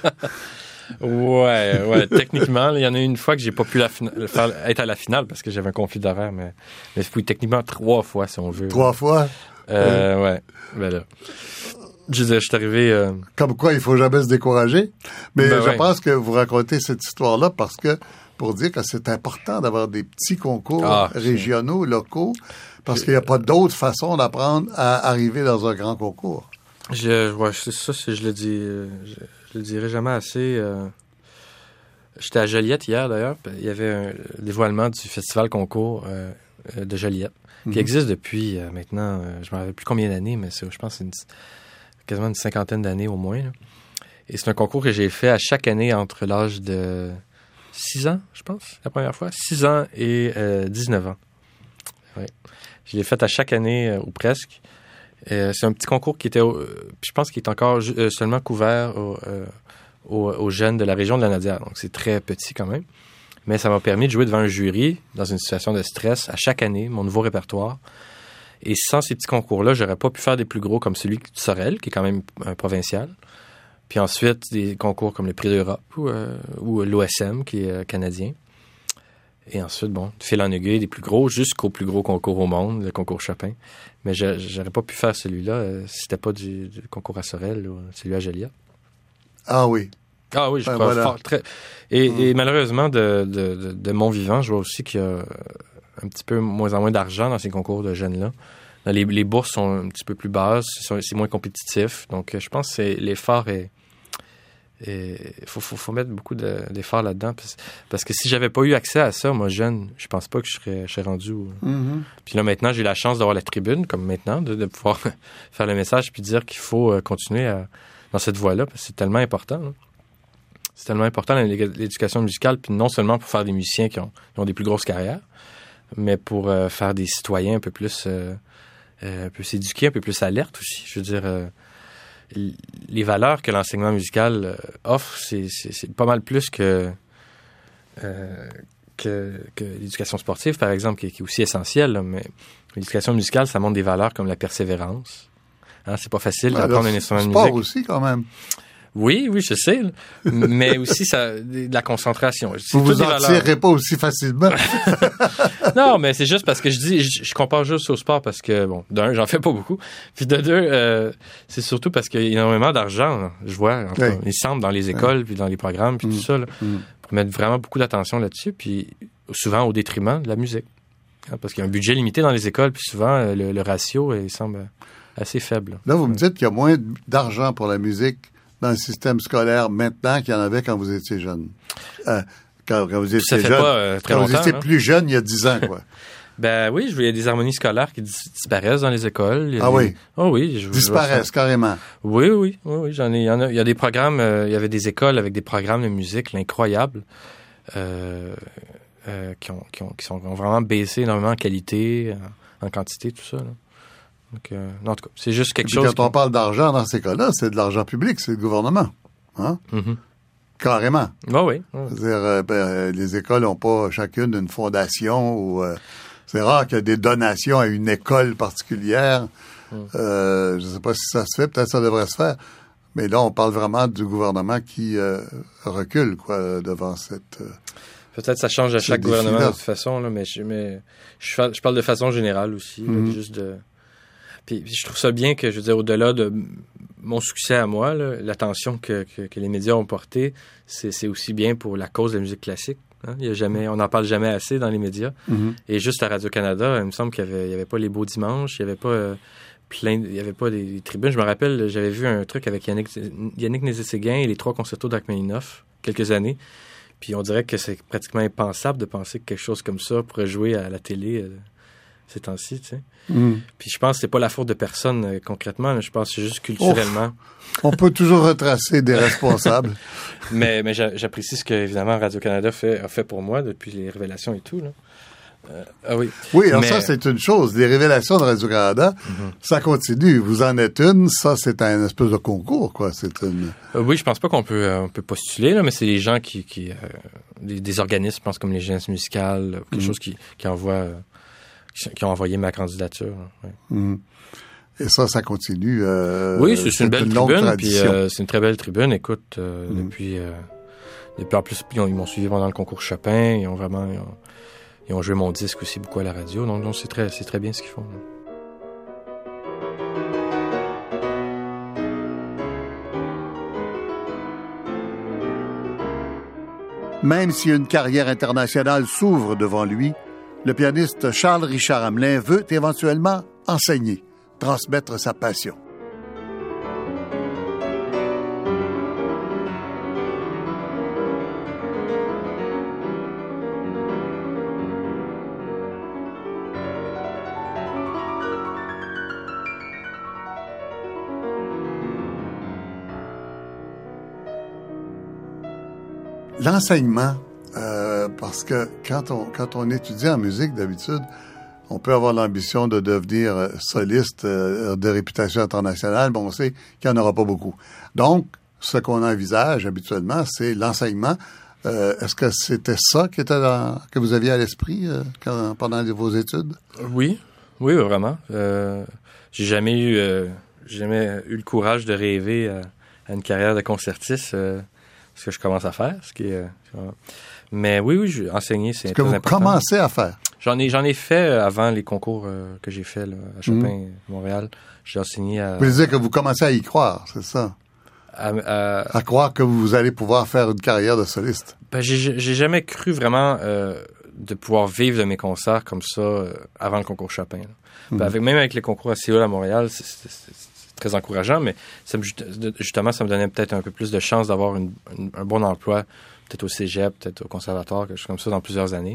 ouais, ouais. Techniquement, il y en a une fois que j'ai pas pu la fina- faire, être à la finale parce que j'avais un conflit d'horaire, mais, mais oui, techniquement trois fois si on veut. Trois fois? Euh, oui. Ouais. Ben là. Je disais, je suis arrivé... Euh... Comme quoi, il faut jamais se décourager. Mais ben je ouais. pense que vous racontez cette histoire-là parce que pour dire que c'est important d'avoir des petits concours ah, régionaux, locaux, parce je... qu'il n'y a pas d'autre façon d'apprendre à arriver dans un grand concours. Je, ouais, c'est ça, c'est, je le dis, je, je le dirai jamais assez. Euh... J'étais à Joliette hier, d'ailleurs. Il y avait un dévoilement du festival concours euh, de Joliette, mm-hmm. qui existe depuis euh, maintenant, euh, je ne me rappelle plus combien d'années, mais c'est, je pense que c'est une, quasiment une cinquantaine d'années au moins. Là. Et c'est un concours que j'ai fait à chaque année entre l'âge de six ans, je pense, la première fois. six ans et euh, dix-neuf ans. Oui. Je l'ai fait à chaque année, euh, ou presque. Euh, c'est un petit concours qui était, euh, je pense qu'il est encore euh, seulement couvert aux, euh, aux, aux jeunes de la région de la Nadière. Donc, c'est très petit quand même. Mais ça m'a permis de jouer devant un jury dans une situation de stress à chaque année, mon nouveau répertoire. Et sans ces petits concours-là, j'aurais pas pu faire des plus gros comme celui de Sorel, qui est quand même un provincial. Puis ensuite, des concours comme le Prix d'Europe ou, euh, ou l'O S M, qui est euh, canadien. Et ensuite, bon, de fil en aiguille, des plus gros, jusqu'au plus gros concours au monde, le concours Chopin. Mais je, j'aurais pas pu faire celui-là euh, si c'était pas du, du concours à Sorel ou celui à Joliette. Ah oui. Ah oui, je ben crois voilà. fort. Très... Et, mmh. et malheureusement, de, de, de, de mon vivant, je vois aussi qu'il y a un petit peu moins en moins d'argent dans ces concours de jeunes-là. Les, les bourses sont un petit peu plus basses, c'est, c'est moins compétitif. Donc, je pense que c'est, l'effort est... Il faut, faut, faut mettre beaucoup de, d'efforts là-dedans. Parce, parce que si j'avais pas eu accès à ça, moi, jeune, je pense pas que je serais, je serais rendu. Où... Mm-hmm. Puis là, maintenant, j'ai la chance d'avoir la tribune, comme maintenant, de, de pouvoir faire le message puis dire qu'il faut continuer à, dans cette voie-là, parce que c'est tellement important. Là. C'est tellement important, l'éducation musicale, puis non seulement pour faire des musiciens qui ont, qui ont des plus grosses carrières, mais pour euh, faire des citoyens un peu plus, euh, euh, un peu s'éduquer, un peu plus alertes aussi. Je veux dire... Euh, les valeurs que l'enseignement musical euh, offre, c'est, c'est, c'est pas mal plus que, euh, que, que l'éducation sportive, par exemple, qui, qui est aussi essentielle. Là, mais l'éducation musicale, ça montre des valeurs comme la persévérance. Hein, c'est pas facile d'apprendre un instrument de musique. Sport aussi, quand même. Oui, oui, je sais. Là. Mais aussi, ça, de la concentration. C'est vous vous en tirerez pas aussi facilement. Non, mais c'est juste parce que je dis, je, je compare juste au sport parce que, bon, d'un, j'en fais pas beaucoup. Puis de deux, euh, c'est surtout parce qu'il y a énormément d'argent, là, je vois. En tout cas, oui. il semble dans les écoles, oui. Puis dans les programmes, puis mmh. tout ça, là, mmh. pour mettre vraiment beaucoup d'attention là-dessus, puis souvent au détriment de la musique. Hein, parce qu'il y a un budget limité dans les écoles, puis souvent, le, le ratio, il semble assez faible. Là, vous me dites qu'il y a moins d'argent pour la musique dans le système scolaire maintenant qu'il y en avait quand vous étiez jeune. Euh, quand, quand vous étiez ça fait jeune. Pas, euh, très quand longtemps, vous étiez hein? plus jeune, il y a dix ans, quoi. Ben oui, je voyais des harmonies scolaires qui disparaissent dans les écoles. Ah des... oui? Oh oui. Je, disparaissent, je carrément. Oui, oui, oui, oui. J'en ai, il y en a, il y a des programmes, euh, il y avait des écoles avec des programmes de musique, l'incroyable, euh, euh, qui ont, qui ont, qui sont, ont vraiment baissé énormément en qualité, en, en quantité, tout ça, là. Donc, euh, non, en tout cas, c'est juste quelque puis chose... Quand qui... on parle d'argent dans ces cas-là, c'est de l'argent public, c'est le gouvernement. Hein? Mm-hmm. Carrément. Oh oui. Oh oui. C'est-à-dire, euh, ben, les écoles n'ont pas chacune une fondation ou... Euh, c'est rare qu'il y ait des donations à une école particulière. Mm. Euh, je ne sais pas si ça se fait, peut-être ça devrait se faire. Mais là, on parle vraiment du gouvernement qui euh, recule, quoi, devant cette... Euh, Peut-être ça change à chaque gouvernement de toute façon, là, mais, je, mais je, je parle de façon générale aussi. Mm-hmm. Là, juste de... Puis, puis je trouve ça bien que, je veux dire, au-delà de mon succès à moi, là, l'attention que, que, que les médias ont portée, c'est, c'est aussi bien pour la cause de la musique classique. Hein? Il y a jamais, on n'en parle jamais assez dans les médias. Mm-hmm. Et juste à Radio-Canada, il me semble qu'il n'y avait, avait pas les beaux dimanches, il n'y avait pas euh, plein, il y avait pas des, des tribunes. Je me rappelle, j'avais vu un truc avec Yannick, Yannick Nézet-Séguin et les trois concertos d'Rachmaninoff, quelques années. Puis on dirait que c'est pratiquement impensable de penser que quelque chose comme ça pourrait jouer à la télé euh, ces temps-ci, tu sais. Mm. Puis je pense que c'est pas la faute de personne euh, concrètement, je pense que c'est juste culturellement. Ouf. On peut toujours retracer des responsables. mais mais j'a, j'apprécie ce que, évidemment, Radio-Canada fait, a fait pour moi depuis les révélations et tout, là. Euh, ah oui. Oui, alors mais... ça, c'est une chose. Les révélations de Radio-Canada, mm-hmm. ça continue. Vous en êtes une. Ça, c'est un espèce de concours, quoi. C'est une... Euh, oui, je pense pas qu'on peut, euh, on peut postuler, là, mais c'est les gens qui... qui euh, des, des organismes, je pense, comme les Jeunesse musicales, quelque mm-hmm. chose qui, qui envoie... Euh, qui, qui ont envoyé ma candidature. Ouais. Mm-hmm. Et ça, ça continue. Euh, oui, c'est, c'est une belle une tribune. Puis euh, c'est une très belle tribune. Écoute, euh, mm-hmm. depuis... Euh, depuis en plus, ils, ont, ils m'ont suivi pendant le concours Chopin. Ils ont vraiment... Ils ont, Ils ont joué mon disque aussi beaucoup à la radio. Donc, donc c'est, très, c'est très bien ce qu'ils font. Là. Même si une carrière internationale s'ouvre devant lui, le pianiste Charles-Richard Hamelin veut éventuellement enseigner, transmettre sa passion. L'enseignement, euh, parce que quand on quand on étudie en musique, d'habitude, on peut avoir l'ambition de devenir soliste euh, de réputation internationale, mais on sait qu'il n'y en aura pas beaucoup. Donc, ce qu'on envisage habituellement, c'est l'enseignement. Euh, est-ce que c'était ça qui était dans, que vous aviez à l'esprit euh, quand, pendant vos études? Oui, oui, vraiment. Euh, j'ai jamais eu, euh, j'ai jamais eu le courage de rêver à, à une carrière de concertiste. Euh, ce que je commence à faire. Ce qui est, euh, mais oui, oui, je, enseigner, c'est ce très que vous important. commencez à faire. J'en ai, j'en ai fait avant les concours euh, que j'ai fait là, à Chopin, mmh. Montréal. J'ai enseigné à... Vous disiez que vous commencez à y croire, c'est ça? À, à, à croire que vous allez pouvoir faire une carrière de soliste. Ben, j'ai, j'ai jamais cru vraiment euh, de pouvoir vivre de mes concerts comme ça euh, avant le concours Chopin. Là. Mmh. Ben, avec, même avec les concours à Séoul, à Montréal, c'est, c'est, c'est, très encourageant, mais ça me, justement, ça me donnait peut-être un peu plus de chance d'avoir une, une, un bon emploi, peut-être au cégep, peut-être au conservatoire, quelque chose comme ça, dans plusieurs années.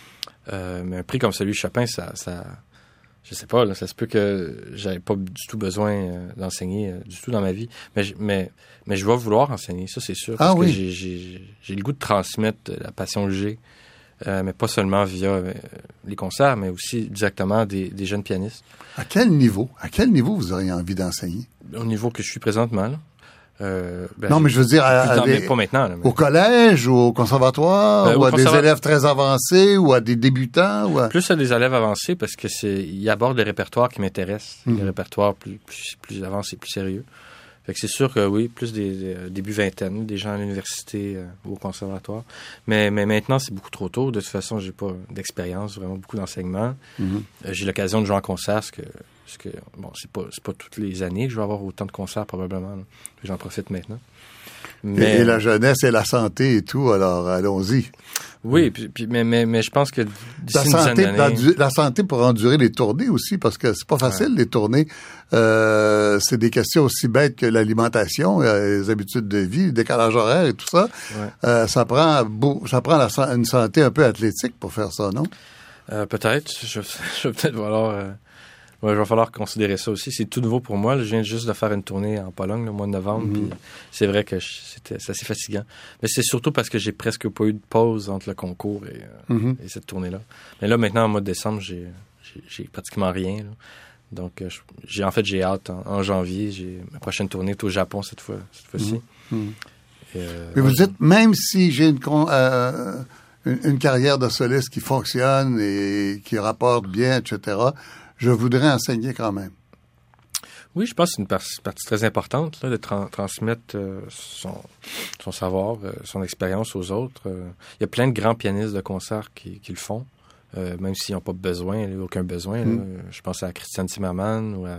Euh, mais un prix comme celui de Chopin, ça, ça je sais pas, là, ça se peut que j'avais pas du tout besoin euh, d'enseigner euh, du tout dans ma vie, mais, mais, mais je vais vouloir enseigner, ça c'est sûr, parce ah, oui. que j'ai, j'ai, j'ai le goût de transmettre la passion que j'ai, euh, mais pas seulement via euh, les concerts, mais aussi directement des, des jeunes pianistes. À quel niveau? À quel niveau vous auriez envie d'enseigner? Au niveau que je suis présentement, là. Euh, ben, non, mais je veux dire, à, à des, pas maintenant, là, mais... au collège ou au conservatoire, euh, ou au à conserva... des élèves très avancés, ou à des débutants, ou à... Plus à des élèves avancés, parce que c'est, ils abordent des répertoires qui m'intéressent, mmh. des répertoires plus, plus, plus avancés, plus sérieux. Fait que c'est sûr que oui, plus des, des début vingtaine, des gens à l'université euh, ou au conservatoire. Mais, mais maintenant, c'est beaucoup trop tôt. De toute façon, j'ai pas d'expérience, vraiment beaucoup d'enseignement. Mm-hmm. Euh, j'ai l'occasion de jouer en concert, ce que, ce que bon, c'est pas, c'est pas toutes les années que je vais avoir autant de concerts, probablement. Là. J'en profite maintenant. Mais... Et, et la jeunesse et la santé et tout, alors allons-y. Oui, puis, puis, mais, mais, mais je pense que la santé, la, la santé pour endurer les tournées aussi, parce que c'est pas facile, ouais. les tournées. Euh, c'est des questions aussi bêtes que l'alimentation, les habitudes de vie, le décalage horaire et tout ça. Ouais. Euh, ça prend, beau, ça prend la, une santé un peu athlétique pour faire ça, non? Euh, peut-être. Je, je vais peut-être vouloir... Euh... Ouais, il va falloir considérer ça aussi. C'est tout nouveau pour moi. Là. Je viens juste de faire une tournée en Pologne le mois de novembre. Mm-hmm. Puis c'est vrai que je, c'était, c'est assez fatigant. Mais c'est surtout parce que j'ai presque pas eu de pause entre le concours et, euh, mm-hmm. et cette tournée-là. Mais là, maintenant, en mois de décembre, j'ai, j'ai, j'ai pratiquement rien. Là. Donc, euh, j'ai en fait, j'ai hâte en, en janvier. J'ai ma prochaine tournée est au Japon cette fois, cette fois-ci. Mm-hmm. Et, euh, Mais vous dites, même si j'ai une, euh, une, une carrière de soliste qui fonctionne et qui rapporte bien, et cetera, je voudrais enseigner quand même. Oui, je pense que c'est une partie, partie très importante là, de tra- transmettre euh, son, son savoir, euh, son expérience aux autres. Euh, il y a plein de grands pianistes de concert qui, qui le font, euh, même s'ils n'ont pas besoin, aucun besoin. Mm. Là. Je pense à Christian Zimmermann ou à,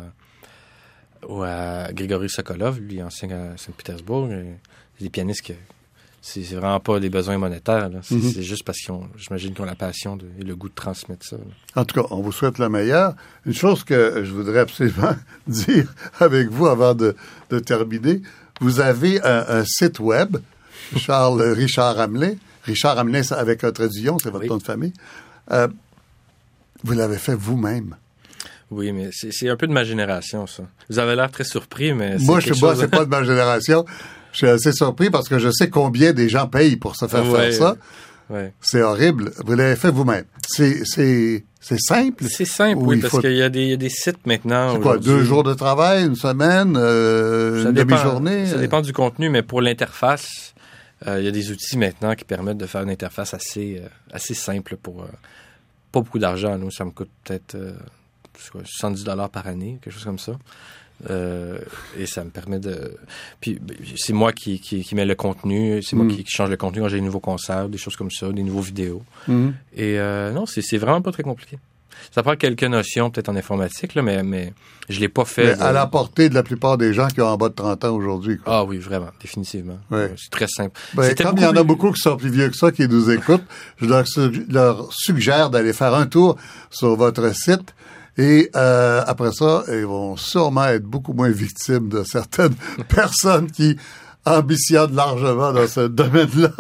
ou à Grigory Sokolov, lui il enseigne à Saint-Pétersbourg. Il y a des pianistes qui... C'est, c'est vraiment pas des besoins monétaires. Là. C'est, mm-hmm. c'est juste parce qu'ils ont, j'imagine qu'ils ont la passion de, et le goût de transmettre ça. Là. En tout cas, on vous souhaite le meilleur. Une chose que je voudrais absolument dire avec vous avant de, de terminer, vous avez un, un site web, Charles Richard Hamelin. Richard Hamelin avec un trait d'union, c'est votre oui. nom de famille. Euh, vous l'avez fait vous-même. Oui, mais c'est, c'est un peu de ma génération, ça. Vous avez l'air très surpris, mais c'est Moi, je sais pas, chose... c'est pas de ma génération. Je suis assez surpris parce que je sais combien des gens payent pour se faire ouais, faire ça. Ouais. C'est horrible. Vous l'avez fait vous-même. C'est, c'est, c'est simple. C'est simple, oui, parce faut... qu'il y a des, il y a des sites maintenant. C'est quoi, deux jours de travail, une semaine, euh, une dépend, demi-journée? Ça dépend du contenu, mais pour l'interface, euh, il y a des outils maintenant qui permettent de faire une interface assez, euh, assez simple pour euh, pas beaucoup d'argent. Nous, ça me coûte peut-être euh, soixante-dix dollars par année, quelque chose comme ça. Euh, et ça me permet de... Puis c'est moi qui, qui, qui mets le contenu, c'est mm. moi qui, qui change le contenu quand j'ai des nouveaux concerts, des choses comme ça, des nouveaux vidéos. Mm. Et euh, non, c'est, c'est vraiment pas très compliqué. Ça prend quelques notions, peut-être en informatique, là, mais, mais je l'ai pas fait. Mais de... à la portée de la plupart des gens qui ont en bas de trente ans aujourd'hui. Quoi. Ah oui, vraiment, définitivement. Oui. C'est très simple. Ben, comme il y en a beaucoup qui sont plus vieux que ça, qui nous écoutent, je leur, leur suggère d'aller faire un tour sur votre site. Et euh, après ça, ils vont sûrement être beaucoup moins victimes de certaines personnes qui ambitionnent largement dans ce domaine-là.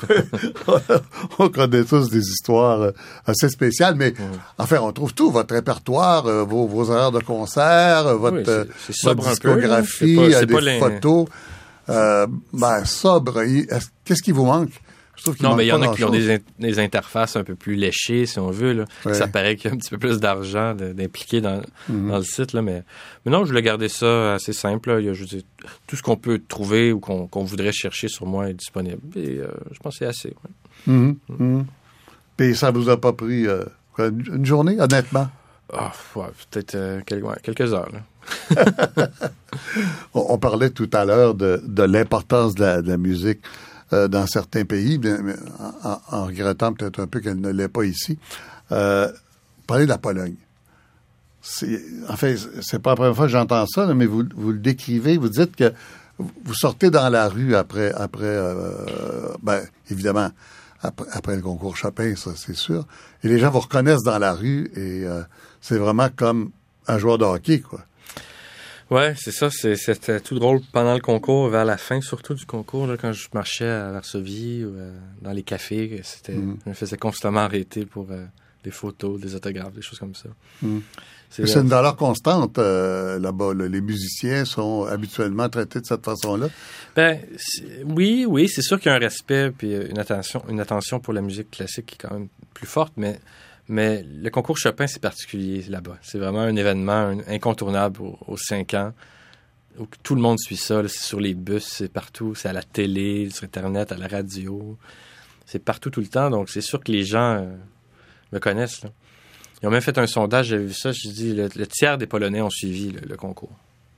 On connaît tous des histoires assez spéciales, mais mmh. enfin, on trouve tout, votre répertoire, euh, vos, vos horaires de concert, votre, oui, c'est, c'est votre discographie, peu, c'est pas, c'est des photos. Les... Euh, ben, sobre. Qu'est-ce qui vous manque? Non, mais il y en a qui ont des, in- des interfaces un peu plus léchées, si on veut. Là. Ouais. Ça paraît qu'il y a un petit peu plus d'argent de, d'impliquer dans, mm-hmm. dans le site. Là, mais, mais non, je voulais garder ça assez simple. Là. Il y a, je veux dire, tout ce qu'on peut trouver ou qu'on, qu'on voudrait chercher sur moi est disponible. Et euh, je pense que c'est assez. Ouais. Mm-hmm. Mm-hmm. Et ça vous a pas pris euh, une journée, honnêtement? Ah, ouais, peut-être euh, quelques, ouais, quelques heures. Là. on, on parlait tout à l'heure de, de l'importance de la, de la musique. Euh, dans certains pays, bien, en, en regrettant peut-être un peu qu'elle ne l'est pas ici. Euh, parlez de la Pologne. C'est, en fait, c'est pas la première fois que j'entends ça, là, mais vous, vous le décrivez, vous dites que vous sortez dans la rue après, après, euh, ben, évidemment, après, après le concours Chopin, ça, c'est sûr. Et les gens vous reconnaissent dans la rue et euh, c'est vraiment comme un joueur de hockey, quoi. Ouais, c'est ça. C'est, c'était tout drôle pendant le concours, vers la fin surtout du concours, là, quand je marchais à Varsovie ou euh, dans les cafés, c'était, mm. je me faisais constamment arrêter pour euh, des photos, des autographes, des choses comme ça. Mm. C'est, c'est une valeur constante euh, là-bas. Là. Les musiciens sont habituellement traités de cette façon-là. Ben oui, oui, c'est sûr qu'il y a un respect puis une attention, une attention pour la musique classique qui est quand même plus forte, mais Mais le concours Chopin, c'est particulier là-bas. C'est vraiment un événement incontournable aux, aux cinq ans. Où tout le monde suit ça. Là, c'est sur les bus, c'est partout. C'est à la télé, sur Internet, à la radio. C'est partout tout le temps. Donc, c'est sûr que les gens euh, me connaissent. Là. Ils ont même fait un sondage, j'avais vu ça. J'ai dit, le, le tiers des Polonais ont suivi le, le concours.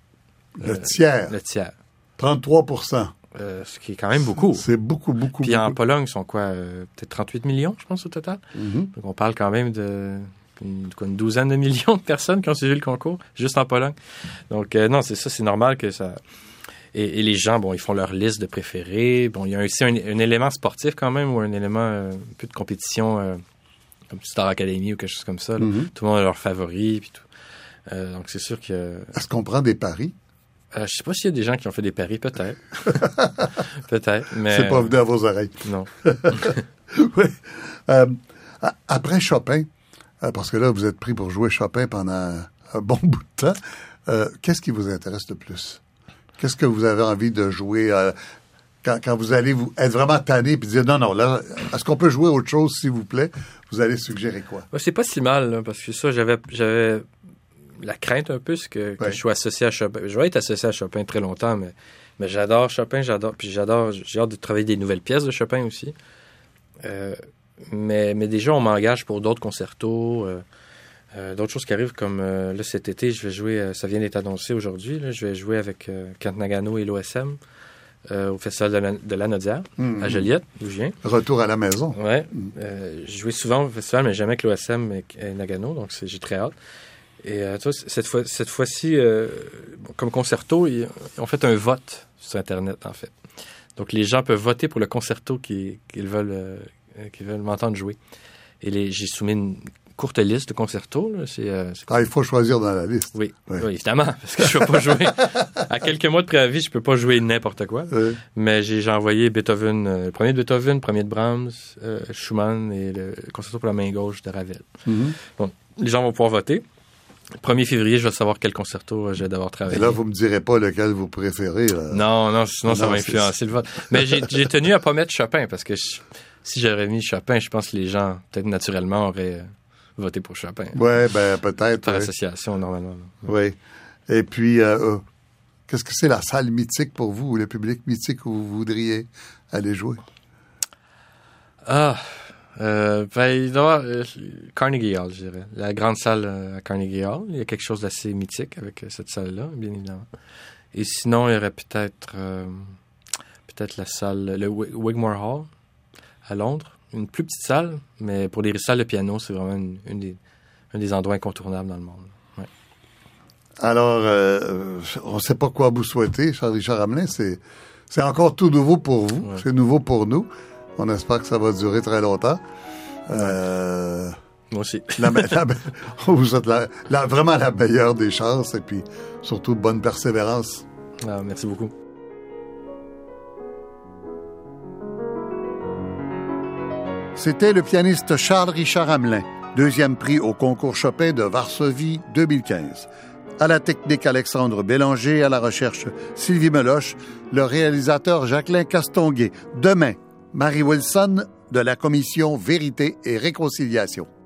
Le euh, tiers. Le tiers. trente-trois pour cent. Euh, ce qui est quand même beaucoup. C'est beaucoup, beaucoup, Puis beaucoup. en Pologne, ils sont quoi? Euh, peut-être trente-huit millions, je pense, au total. Mm-hmm. Donc on parle quand même de une, quoi, une douzaine de millions de personnes qui ont suivi le concours, juste en Pologne. Donc euh, non, c'est ça, c'est normal que ça... Et, et les gens, bon, ils font leur liste de préférés. Bon, il y a aussi un, un élément sportif quand même, ou un élément euh, un peu de compétition, euh, comme Star Academy ou quelque chose comme ça. Mm-hmm. Tout le monde a leurs favoris, puis tout. Euh, donc c'est sûr que... Est-ce qu'on prend des paris? Euh, je sais pas s'il y a des gens qui ont fait des paris, peut-être. peut-être, mais... C'est pas venu à vos oreilles. Non. Oui. Euh, après Chopin, euh, parce que là, vous êtes pris pour jouer Chopin pendant un bon bout de temps, euh, qu'est-ce qui vous intéresse le plus? Qu'est-ce que vous avez envie de jouer euh, quand, quand vous allez vous être vraiment tanné puis dire non, non, là, est-ce qu'on peut jouer autre chose, s'il vous plaît? Vous allez suggérer quoi? Ouais, c'est pas si mal, là, parce que ça, j'avais... j'avais... la crainte un peu, c'est que, que ouais. je sois associé à Chopin. Je vais être associé à Chopin très longtemps, mais, mais j'adore Chopin, j'adore, puis j'adore, j'ai hâte de travailler des nouvelles pièces de Chopin aussi. Euh, mais, mais déjà, on m'engage pour d'autres concertos, euh, euh, d'autres choses qui arrivent, comme euh, là, cet été, je vais jouer, euh, ça vient d'être annoncé aujourd'hui, là, je vais jouer avec euh, Kent Nagano et l'O S M euh, au Festival de la, de la Naudière, mm-hmm. à Joliette, d'où je viens. Retour à la maison. Ouais. Mm-hmm. Euh, je jouais souvent au festival, mais jamais avec l'O S M et, et Nagano, donc c'est, j'ai très hâte. Et euh, toi, cette fois, cette fois-ci, euh, comme concerto, ils ont fait un vote sur Internet, en fait. Donc, les gens peuvent voter pour le concerto qu'ils, qu'ils veulent, euh, qu'ils veulent m'entendre jouer. Et les, j'ai soumis une courte liste de concertos. Là. C'est, euh, c'est... Ah, il faut choisir dans la liste. Oui, oui. oui évidemment, parce que je ne peux pas jouer. À quelques mois de préavis, je ne peux pas jouer n'importe quoi. Oui. Mais j'ai, j'ai envoyé Beethoven, euh, le premier de Beethoven, le premier de Brahms, euh, Schumann et le concerto pour la main gauche de Ravel. Mm-hmm. Bon, les gens vont pouvoir voter. Le premier février, je vais savoir quel concerto je vais devoir travailler. Et là, vous me direz pas lequel vous préférez. Là. Non, non, sinon non, ça va influencer c'est... le vote. Mais j'ai, j'ai tenu à pas mettre Chopin, parce que je, si j'aurais mis Chopin, je pense que les gens, peut-être naturellement, auraient voté pour Chopin. Oui, ben peut-être. Par oui. association, normalement. Oui. Et puis, euh, euh, qu'est-ce que c'est la salle mythique pour vous, ou le public mythique où vous voudriez aller jouer? Ah... Euh, ben, il doit euh, Carnegie Hall, je dirais. La grande salle euh, à Carnegie Hall. Il y a quelque chose d'assez mythique avec euh, cette salle-là, bien évidemment. Et sinon, il y aurait peut-être euh, peut-être la salle, le Wigmore Hall à Londres. Une plus petite salle, mais pour les récitals de piano, c'est vraiment une, une des, un des endroits incontournables dans le monde. Ouais. Alors, euh, on ne sait pas quoi vous souhaiter, Charles-Richard Hamelin. C'est, c'est encore tout nouveau pour vous. Ouais. C'est nouveau pour nous. On espère que ça va durer très longtemps. Euh, Moi aussi. la, la, on vous souhaite la, la, vraiment la meilleure des chances et puis surtout bonne persévérance. Ah, merci beaucoup. C'était le pianiste Charles-Richard Hamelin, deuxième prix au concours Chopin de Varsovie deux mille quinze. À la technique, Alexandre Bélanger, à la recherche, Sylvie Meloche, le réalisateur Jacqueline Castonguay. Demain, Marie Wilson de la Commission Vérité et Réconciliation.